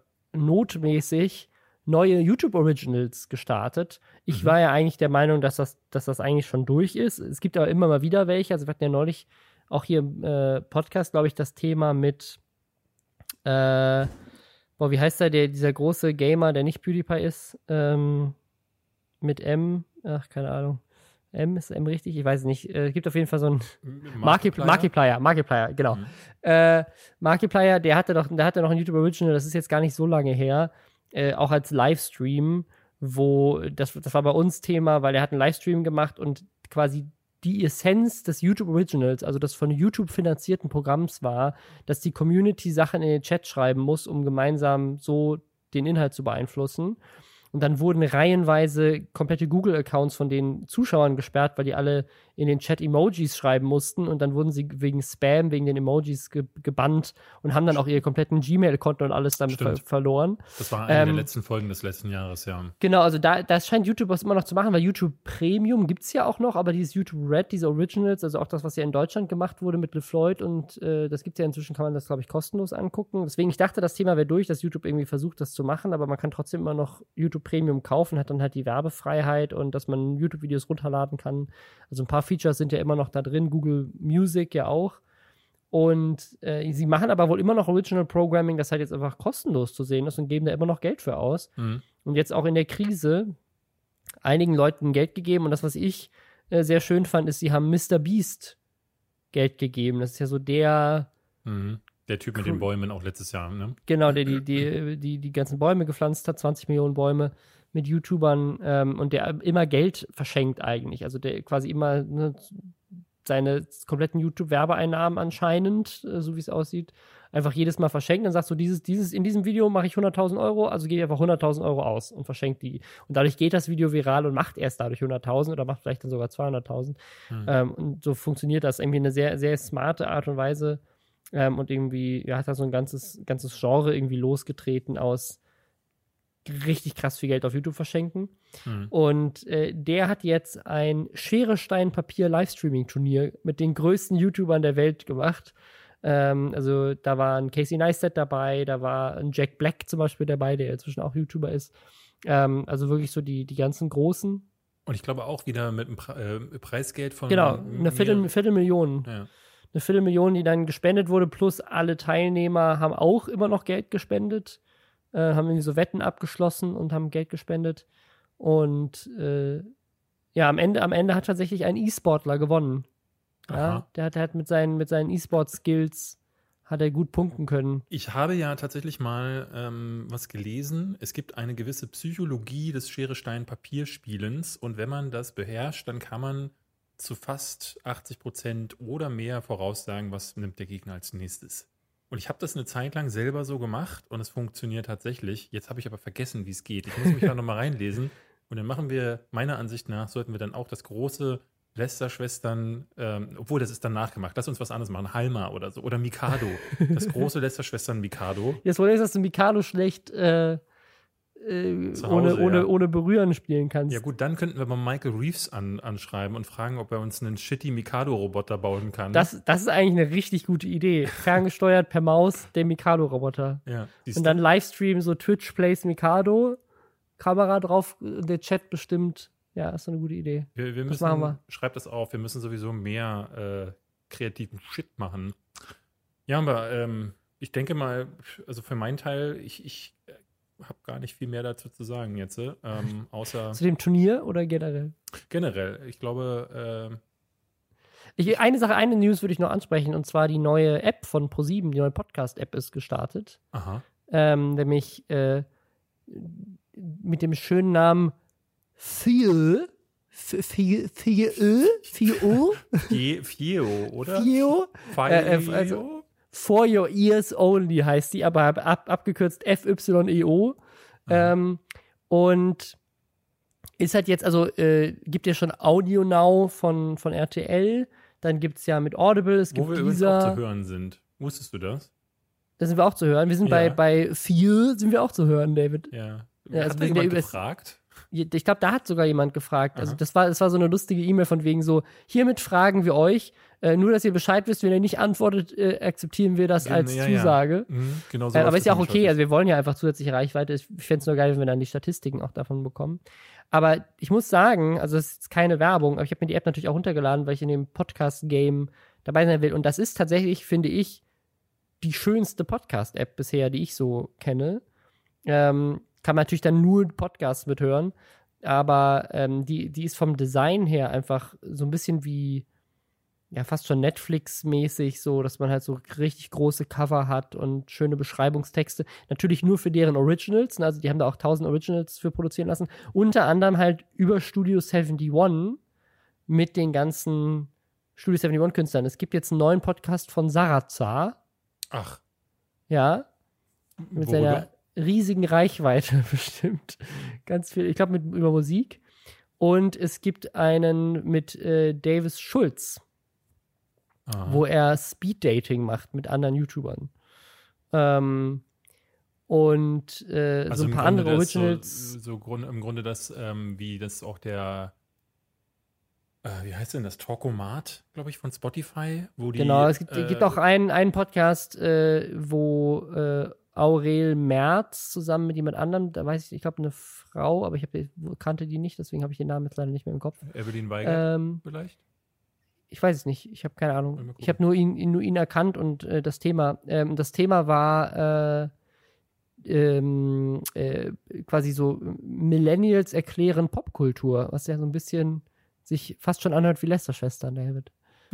notmäßig neue YouTube-Originals gestartet. Ich war ja eigentlich der Meinung, dass das eigentlich schon durch ist. Es gibt aber immer mal wieder welche. Also wir hatten ja neulich auch hier im Podcast, glaube ich, das Thema mit wie heißt der, dieser große Gamer, der nicht PewDiePie ist? Mit M? Ach, keine Ahnung. Ist M richtig? Ich weiß es nicht. Es gibt auf jeden Fall so einen Markiplier? Markiplier, genau. Markiplier, der hatte noch ein YouTube Original, das ist jetzt gar nicht so lange her, auch als Livestream, wo, das war bei uns Thema, weil er hat einen Livestream gemacht und quasi die Essenz des YouTube Originals, also des von YouTube finanzierten Programms war, dass die Community Sachen in den Chat schreiben muss, um gemeinsam so den Inhalt zu beeinflussen. Und dann wurden reihenweise komplette Google-Accounts von den Zuschauern gesperrt, weil die alle in den Chat Emojis schreiben mussten. Und dann wurden sie wegen Spam, wegen den Emojis gebannt und haben dann auch ihre kompletten Gmail-Konten und alles damit verloren. Das war eine der letzten Folgen des letzten Jahres, ja. Genau, also das scheint YouTube was immer noch zu machen, weil YouTube Premium gibt es ja auch noch, aber dieses YouTube Red, diese Originals, also auch das, was ja in Deutschland gemacht wurde mit LeFloid und das gibt es ja inzwischen, kann man das, glaube ich, kostenlos angucken. Deswegen, ich dachte, das Thema wäre durch, dass YouTube irgendwie versucht, das zu machen, aber man kann trotzdem immer noch YouTube Premium kaufen, hat dann halt die Werbefreiheit und dass man YouTube-Videos runterladen kann. Also ein paar Features sind ja immer noch da drin, Google Music ja auch. Und sie machen aber wohl immer noch Original Programming, das halt jetzt einfach kostenlos zu sehen ist und geben da immer noch Geld für aus. Mhm. Und jetzt auch in der Krise einigen Leuten Geld gegeben. Und das, was ich sehr schön fand, ist, sie haben Mr. Beast Geld gegeben. Das ist ja so der Typ mit den Bäumen auch letztes Jahr, ne? Genau, der die ganzen Bäume gepflanzt hat, 20 Millionen Bäume mit YouTubern und der immer Geld verschenkt eigentlich. Also der quasi immer seine kompletten YouTube-Werbeeinnahmen anscheinend, so wie es aussieht, einfach jedes Mal verschenkt. Dann sagst du, in diesem Video mache ich 100.000 Euro, also gebe ich einfach 100.000 Euro aus und verschenkt die. Und dadurch geht das Video viral und macht erst dadurch 100.000 oder macht vielleicht dann sogar 200.000. Und so funktioniert das irgendwie eine sehr, sehr smarte Art und Weise. Und irgendwie hat er so ein ganzes Genre irgendwie losgetreten aus richtig krass viel Geld auf YouTube verschenken. Und der hat jetzt ein Schere-Stein-Papier-Livestreaming-Turnier mit den größten YouTubern der Welt gemacht. Also da war ein Casey Neistat dabei, da war ein Jack Black zum Beispiel dabei, der inzwischen auch YouTuber ist. Also wirklich so die ganzen Großen. Und ich glaube auch wieder mit einem Preisgeld von... Genau, eine Viertelmillion. Ja. Eine Viertelmillion, die dann gespendet wurde, plus alle Teilnehmer haben auch immer noch Geld gespendet, haben irgendwie so Wetten abgeschlossen und haben Geld gespendet. Und am Ende hat tatsächlich ein E-Sportler gewonnen. Ja, der hat mit seinen E-Sport-Skills hat er gut punkten können. Ich habe ja tatsächlich mal was gelesen. Es gibt eine gewisse Psychologie des Schere-Stein-Papier-Spielens und wenn man das beherrscht, dann kann man zu fast 80% oder mehr voraussagen, was nimmt der Gegner als nächstes. Und ich habe das eine Zeit lang selber so gemacht und es funktioniert tatsächlich. Jetzt habe ich aber vergessen, wie es geht. Ich muss mich da nochmal reinlesen. Und dann machen wir, meiner Ansicht nach, sollten wir dann auch das große Lästerschwestern, obwohl das ist dann nachgemacht. Lass uns was anderes machen. Halma oder so. Oder Mikado. Das große Lästerschwestern Mikado. Jetzt wollte ich, dass du Mikado schlecht ohne Berühren spielen kannst. Ja gut, dann könnten wir mal Michael Reeves anschreiben und fragen, ob er uns einen shitty Mikado-Roboter bauen kann. Das ist eigentlich eine richtig gute Idee. Ferngesteuert per Maus der Mikado-Roboter. Ja, und dann Livestream, so Twitch Plays Mikado, Kamera drauf, der Chat bestimmt. Ja, ist so eine gute Idee. Wir müssen, das machen wir. Schreibt das auf, wir müssen sowieso mehr kreativen Shit machen. Ja, aber ich denke mal, also für meinen Teil, ich habe gar nicht viel mehr dazu zu sagen jetzt, außer... Zu dem Turnier oder generell? Generell. Ich glaube... Eine News würde ich noch ansprechen, und zwar die neue App von ProSieben, die neue Podcast-App ist gestartet. Aha. Nämlich mit dem schönen Namen FIO, oder? FIO. Also For Your Ears Only heißt die, aber abgekürzt FYEO. Und ist halt jetzt, also gibt ja schon Audio Now von RTL, dann gibt es ja mit Audible, es gibt Wo wir übrigens auch zu hören sind. Wusstest du das? Da sind wir auch zu hören. Wir sind bei FIO, sind wir auch zu hören, David. Ja. Also hat da jemand gefragt? Ich glaube, da hat sogar jemand gefragt. Also das war so eine lustige E-Mail von wegen so, hiermit fragen wir euch, nur dass ihr Bescheid wisst, wenn ihr nicht antwortet, akzeptieren wir das als Zusage. Ja. Genau so aber ist ja auch okay, also wir wollen ja einfach zusätzliche Reichweite. Ich fände es nur geil, wenn wir dann die Statistiken auch davon bekommen. Aber ich muss sagen, also das ist keine Werbung, aber ich habe mir die App natürlich auch runtergeladen, weil ich in dem Podcast-Game dabei sein will. Und das ist tatsächlich, finde ich, die schönste Podcast-App bisher, die ich so kenne. Kann man natürlich dann nur Podcasts mithören. Aber die ist vom Design her einfach so ein bisschen wie, ja, fast schon Netflix-mäßig, so, dass man halt so richtig große Cover hat und schöne Beschreibungstexte. Natürlich nur für deren Originals, ne? Also die haben da auch 1000 Originals für produzieren lassen. Unter anderem halt über Studio 71 mit den ganzen Studio 71-Künstlern. Es gibt jetzt einen neuen Podcast von Sarazar. Ach. Ja. Mit seiner riesigen Reichweite bestimmt. Ganz viel, ich glaube, über Musik. Und es gibt einen mit Davis Schulz. Aha. Wo er Speed-Dating macht mit anderen YouTubern. Und also so ein paar andere Originals. Im Grunde das, wie das auch der, wie heißt denn das, Talkomat, glaube ich, von Spotify. Wo die, genau, es gibt auch einen Podcast, wo Aurel Merz zusammen mit jemand anderem, da weiß ich glaube eine Frau, aber ich kannte die nicht, deswegen habe ich den Namen jetzt leider nicht mehr im Kopf. Evelyn Weigert vielleicht? Ich weiß es nicht, ich habe keine Ahnung. Ich habe nur ihn erkannt und das Thema war quasi so Millennials erklären Popkultur, was ja so ein bisschen sich fast schon anhört wie Lester-Schwestern, David.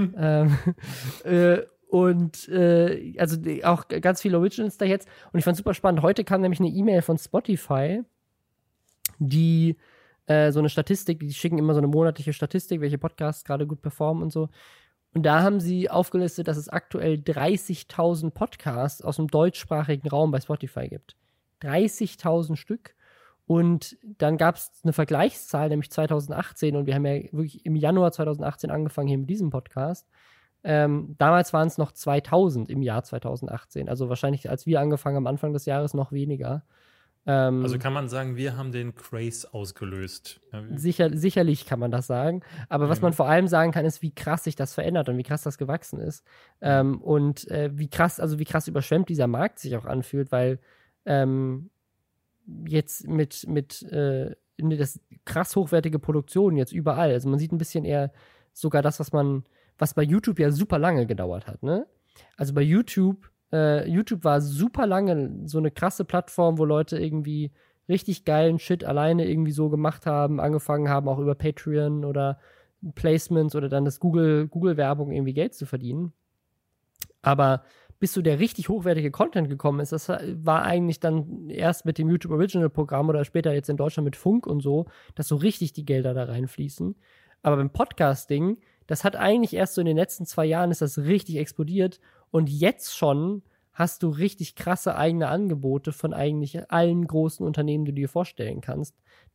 Also auch ganz viele Originals da jetzt. Und ich fand es super spannend. Heute kam nämlich eine E-Mail von Spotify, die so eine Statistik, die schicken immer so eine monatliche Statistik, welche Podcasts gerade gut performen und so. Und da haben sie aufgelistet, dass es aktuell 30.000 Podcasts aus dem deutschsprachigen Raum bei Spotify gibt. 30.000 Stück. Und dann gab es eine Vergleichszahl, nämlich 2018. Und wir haben ja wirklich im Januar 2018 angefangen hier mit diesem Podcast. Damals waren es noch 2000 im Jahr 2018. Also wahrscheinlich, als wir angefangen haben, Anfang des Jahres noch weniger. Also kann man sagen, wir haben den Craze ausgelöst. Sicherlich kann man das sagen. Aber was man vor allem sagen kann, ist, wie krass sich das verändert und wie krass das gewachsen ist. Und wie krass überschwemmt dieser Markt sich auch anfühlt, weil jetzt mit das krass hochwertige Produktion jetzt überall. Also man sieht ein bisschen eher sogar das, was bei YouTube ja super lange gedauert hat, ne? Also bei YouTube war super lange so eine krasse Plattform, wo Leute irgendwie richtig geilen Shit alleine irgendwie so gemacht haben, angefangen haben, auch über Patreon oder Placements oder dann das Google-Werbung irgendwie Geld zu verdienen. Aber bis so der richtig hochwertige Content gekommen ist, das war eigentlich dann erst mit dem YouTube Original Programm oder später jetzt in Deutschland mit Funk und so, dass so richtig die Gelder da reinfließen. Aber beim Podcasting, das hat eigentlich erst so in den letzten 2 Jahren ist das richtig explodiert. Und jetzt schon hast du richtig krasse eigene Angebote von eigentlich allen großen Unternehmen, die du dir vorstellen kannst.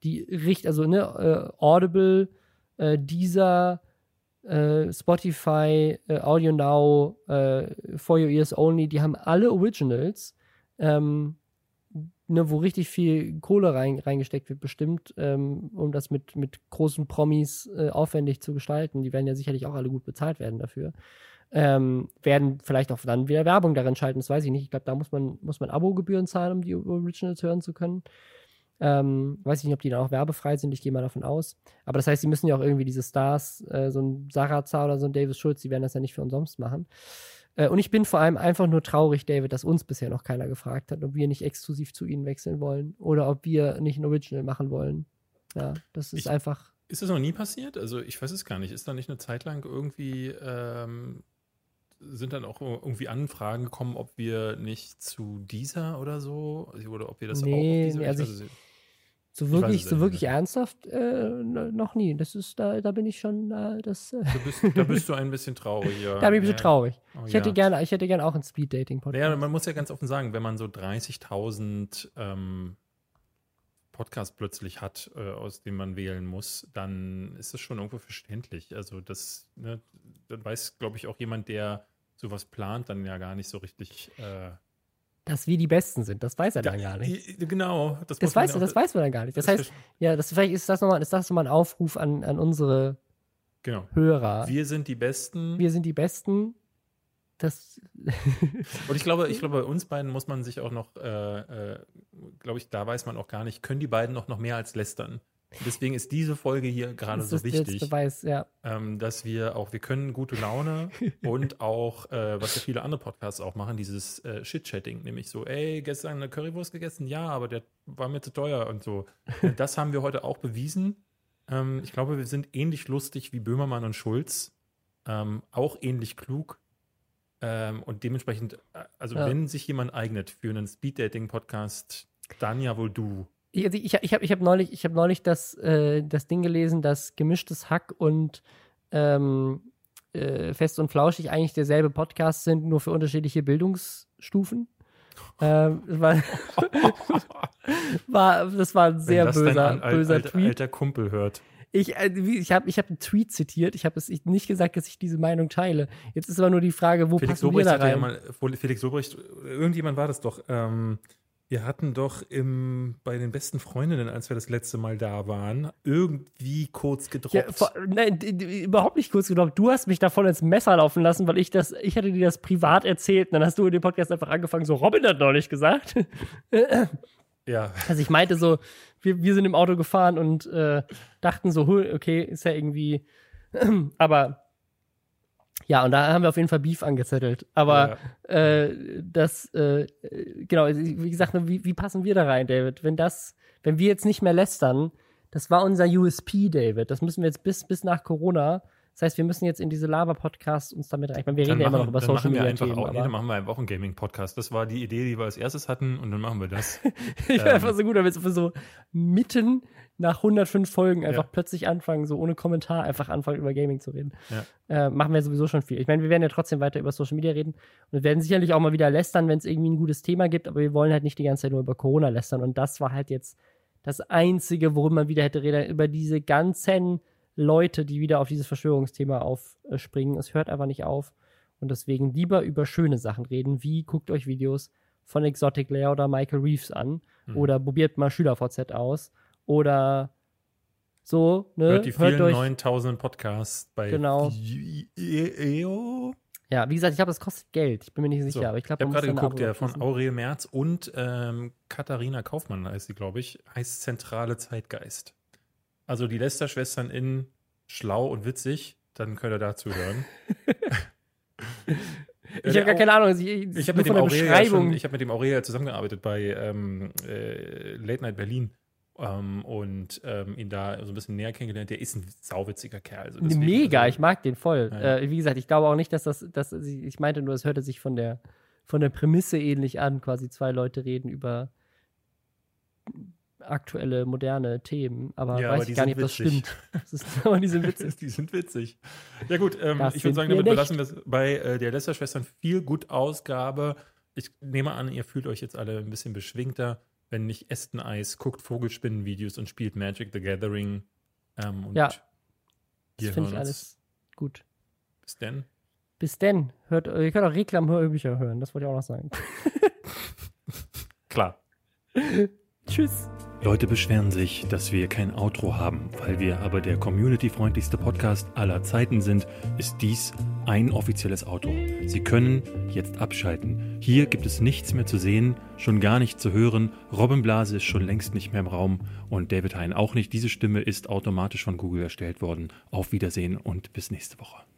Audible, Deezer, Spotify, Audio Now, For Your Ears Only, die haben alle Originals, wo richtig viel Kohle reingesteckt wird, bestimmt, um das mit großen Promis aufwendig zu gestalten. Die werden ja sicherlich auch alle gut bezahlt werden dafür. Werden vielleicht auch dann wieder Werbung darin schalten, das weiß ich nicht. Ich glaube, da muss man Abogebühren zahlen, um die Originals hören zu können. Weiß ich nicht, ob die dann auch werbefrei sind, ich gehe mal davon aus. Aber das heißt, sie müssen ja auch irgendwie diese Stars, so ein Sarazar oder so ein Davis Schulz, die werden das ja nicht für umsonst machen. Und ich bin vor allem einfach nur traurig, David, dass uns bisher noch keiner gefragt hat, ob wir nicht exklusiv zu ihnen wechseln wollen oder ob wir nicht ein Original machen wollen. Ja, das ist einfach. Ist das noch nie passiert? Also ich weiß es gar nicht. Ist da nicht eine Zeit lang irgendwie sind dann auch irgendwie Anfragen gekommen, ob wir nicht zu dieser oder so, oder ob wir das auch auf dieser, also so wirklich ernsthaft noch nie. Das ist, da bin ich schon, da bist du ein bisschen traurig, ja. Da bin ich ein bisschen traurig. Oh, ich hätte gerne auch ein Speed-Dating-Podcast. Ja, man muss ja ganz offen sagen, wenn man so 30.000 Podcasts plötzlich hat, aus denen man wählen muss, dann ist das schon irgendwo verständlich. Also das, ne, dann weiß, glaube ich, auch jemand, der sowas plant, dann ja gar nicht so richtig dass wir die Besten sind, das weiß er dann gar nicht. Genau. Das weiß man dann gar nicht. Das heißt, ja, vielleicht ist das nochmal ein Aufruf an unsere Hörer. Wir sind die Besten. Wir sind die Besten. Und ich glaube, bei uns beiden muss man sich auch noch, glaube ich, da weiß man auch gar nicht, können die beiden noch mehr als lästern? Deswegen ist diese Folge hier gerade so wichtig, Beweis, ja. Dass wir können gute Laune und auch, was ja viele andere Podcasts auch machen, dieses Chit-Chatting, nämlich so, ey, gestern eine Currywurst gegessen? Ja, aber der war mir zu teuer und so. Das haben wir heute auch bewiesen. Ich glaube, wir sind ähnlich lustig wie Böhmermann und Schulz, auch ähnlich klug. Und dementsprechend, wenn sich jemand eignet für einen Speed-Dating-Podcast, dann ja wohl du. Ich hab neulich das Ding gelesen, dass Gemischtes Hack und Fest und Flauschig eigentlich derselbe Podcast sind, nur für unterschiedliche Bildungsstufen. Das war ein sehr böser Tweet. Alter Kumpel hört. Ich hab einen Tweet zitiert. Ich habe es nicht gesagt, dass ich diese Meinung teile. Jetzt ist aber nur die Frage, wo Felix passen wir da rein? Felix Lobrecht, irgendjemand war das doch. Wir hatten doch bei den besten Freundinnen, als wir das letzte Mal da waren, irgendwie kurz gedroppt. Ja, nein, überhaupt nicht kurz gedroppt. Du hast mich davon ins Messer laufen lassen, weil ich hatte dir das privat erzählt. Und dann hast du in dem Podcast einfach angefangen, so, Robin hat neulich gesagt. Ja. Also ich meinte so, wir sind im Auto gefahren und dachten so, okay, ist ja irgendwie, aber ja, und da haben wir auf jeden Fall Beef angezettelt. Aber genau, wie gesagt, wie passen wir da rein, David? Wenn wir jetzt nicht mehr lästern, das war unser USP, David. Das müssen wir jetzt bis nach Corona. Das heißt, wir müssen jetzt in diese Laber-Podcasts uns damit rein. Ich meine, wir reden ja immer noch über Social Media Themen. Dann machen wir einfach auch einen Gaming-Podcast. Das war die Idee, die wir als erstes hatten, und dann machen wir das. Ich bin einfach so gut, damit wir so mitten nach 105 Folgen einfach plötzlich anfangen, so ohne Kommentar einfach anfangen, über Gaming zu reden. Ja. Machen wir sowieso schon viel. Ich meine, wir werden ja trotzdem weiter über Social Media reden und wir werden sicherlich auch mal wieder lästern, wenn es irgendwie ein gutes Thema gibt, aber wir wollen halt nicht die ganze Zeit nur über Corona lästern, und das war halt jetzt das Einzige, worüber man wieder hätte reden, über diese ganzen Leute, die wieder auf dieses Verschwörungsthema aufspringen. Es hört einfach nicht auf. Und deswegen lieber über schöne Sachen reden, wie guckt euch Videos von Exotic Lair oder Michael Reeves an oder probiert mal SchülerVZ aus oder so. Ne? Hört die vielen 9000 Podcasts bei genau. EO. Ja, wie gesagt, ich glaube, das kostet Geld. Ich bin mir nicht sicher. So, aber ich habe gerade geguckt, der von Aurel Merz und Katharina Kaufmann heißt sie, glaube ich, heißt Zentrale Zeitgeist. Also die Lester-Schwestern in schlau und witzig, dann könnt ihr dazu hören. Ich habe gar keine Ahnung. Ich habe mit dem Aurel zusammengearbeitet bei Late Night Berlin und ihn da so ein bisschen näher kennengelernt. Der ist ein sauwitziger Kerl. Also deswegen, mega, ich mag den voll. Ja. Wie gesagt, ich glaube auch nicht, dass ich meinte nur, es hörte sich von der Prämisse ähnlich an. Quasi zwei Leute reden über aktuelle, moderne Themen, aber weiß ich gar nicht, ob das stimmt. Aber die sind witzig. Die sind witzig. Ja gut, ich würde sagen, damit belassen wir es bei der Lester-Schwestern viel gut Ausgabe. Ich nehme an, ihr fühlt euch jetzt alle ein bisschen beschwingter. Wenn nicht, esst ein Eis, guckt Vogelspinnen-Videos und spielt Magic the Gathering. Und ja, das finde ich alles gut. Bis denn. Bis denn. Ihr könnt auch Reklam-Hörbücher hören, das wollte ich auch noch sagen. Klar. Tschüss. Leute beschweren sich, dass wir kein Outro haben. Weil wir aber der community-freundlichste Podcast aller Zeiten sind, ist dies ein offizielles Outro. Sie können jetzt abschalten. Hier gibt es nichts mehr zu sehen, schon gar nicht zu hören. Robin Blase ist schon längst nicht mehr im Raum und David Hein auch nicht. Diese Stimme ist automatisch von Google erstellt worden. Auf Wiedersehen und bis nächste Woche.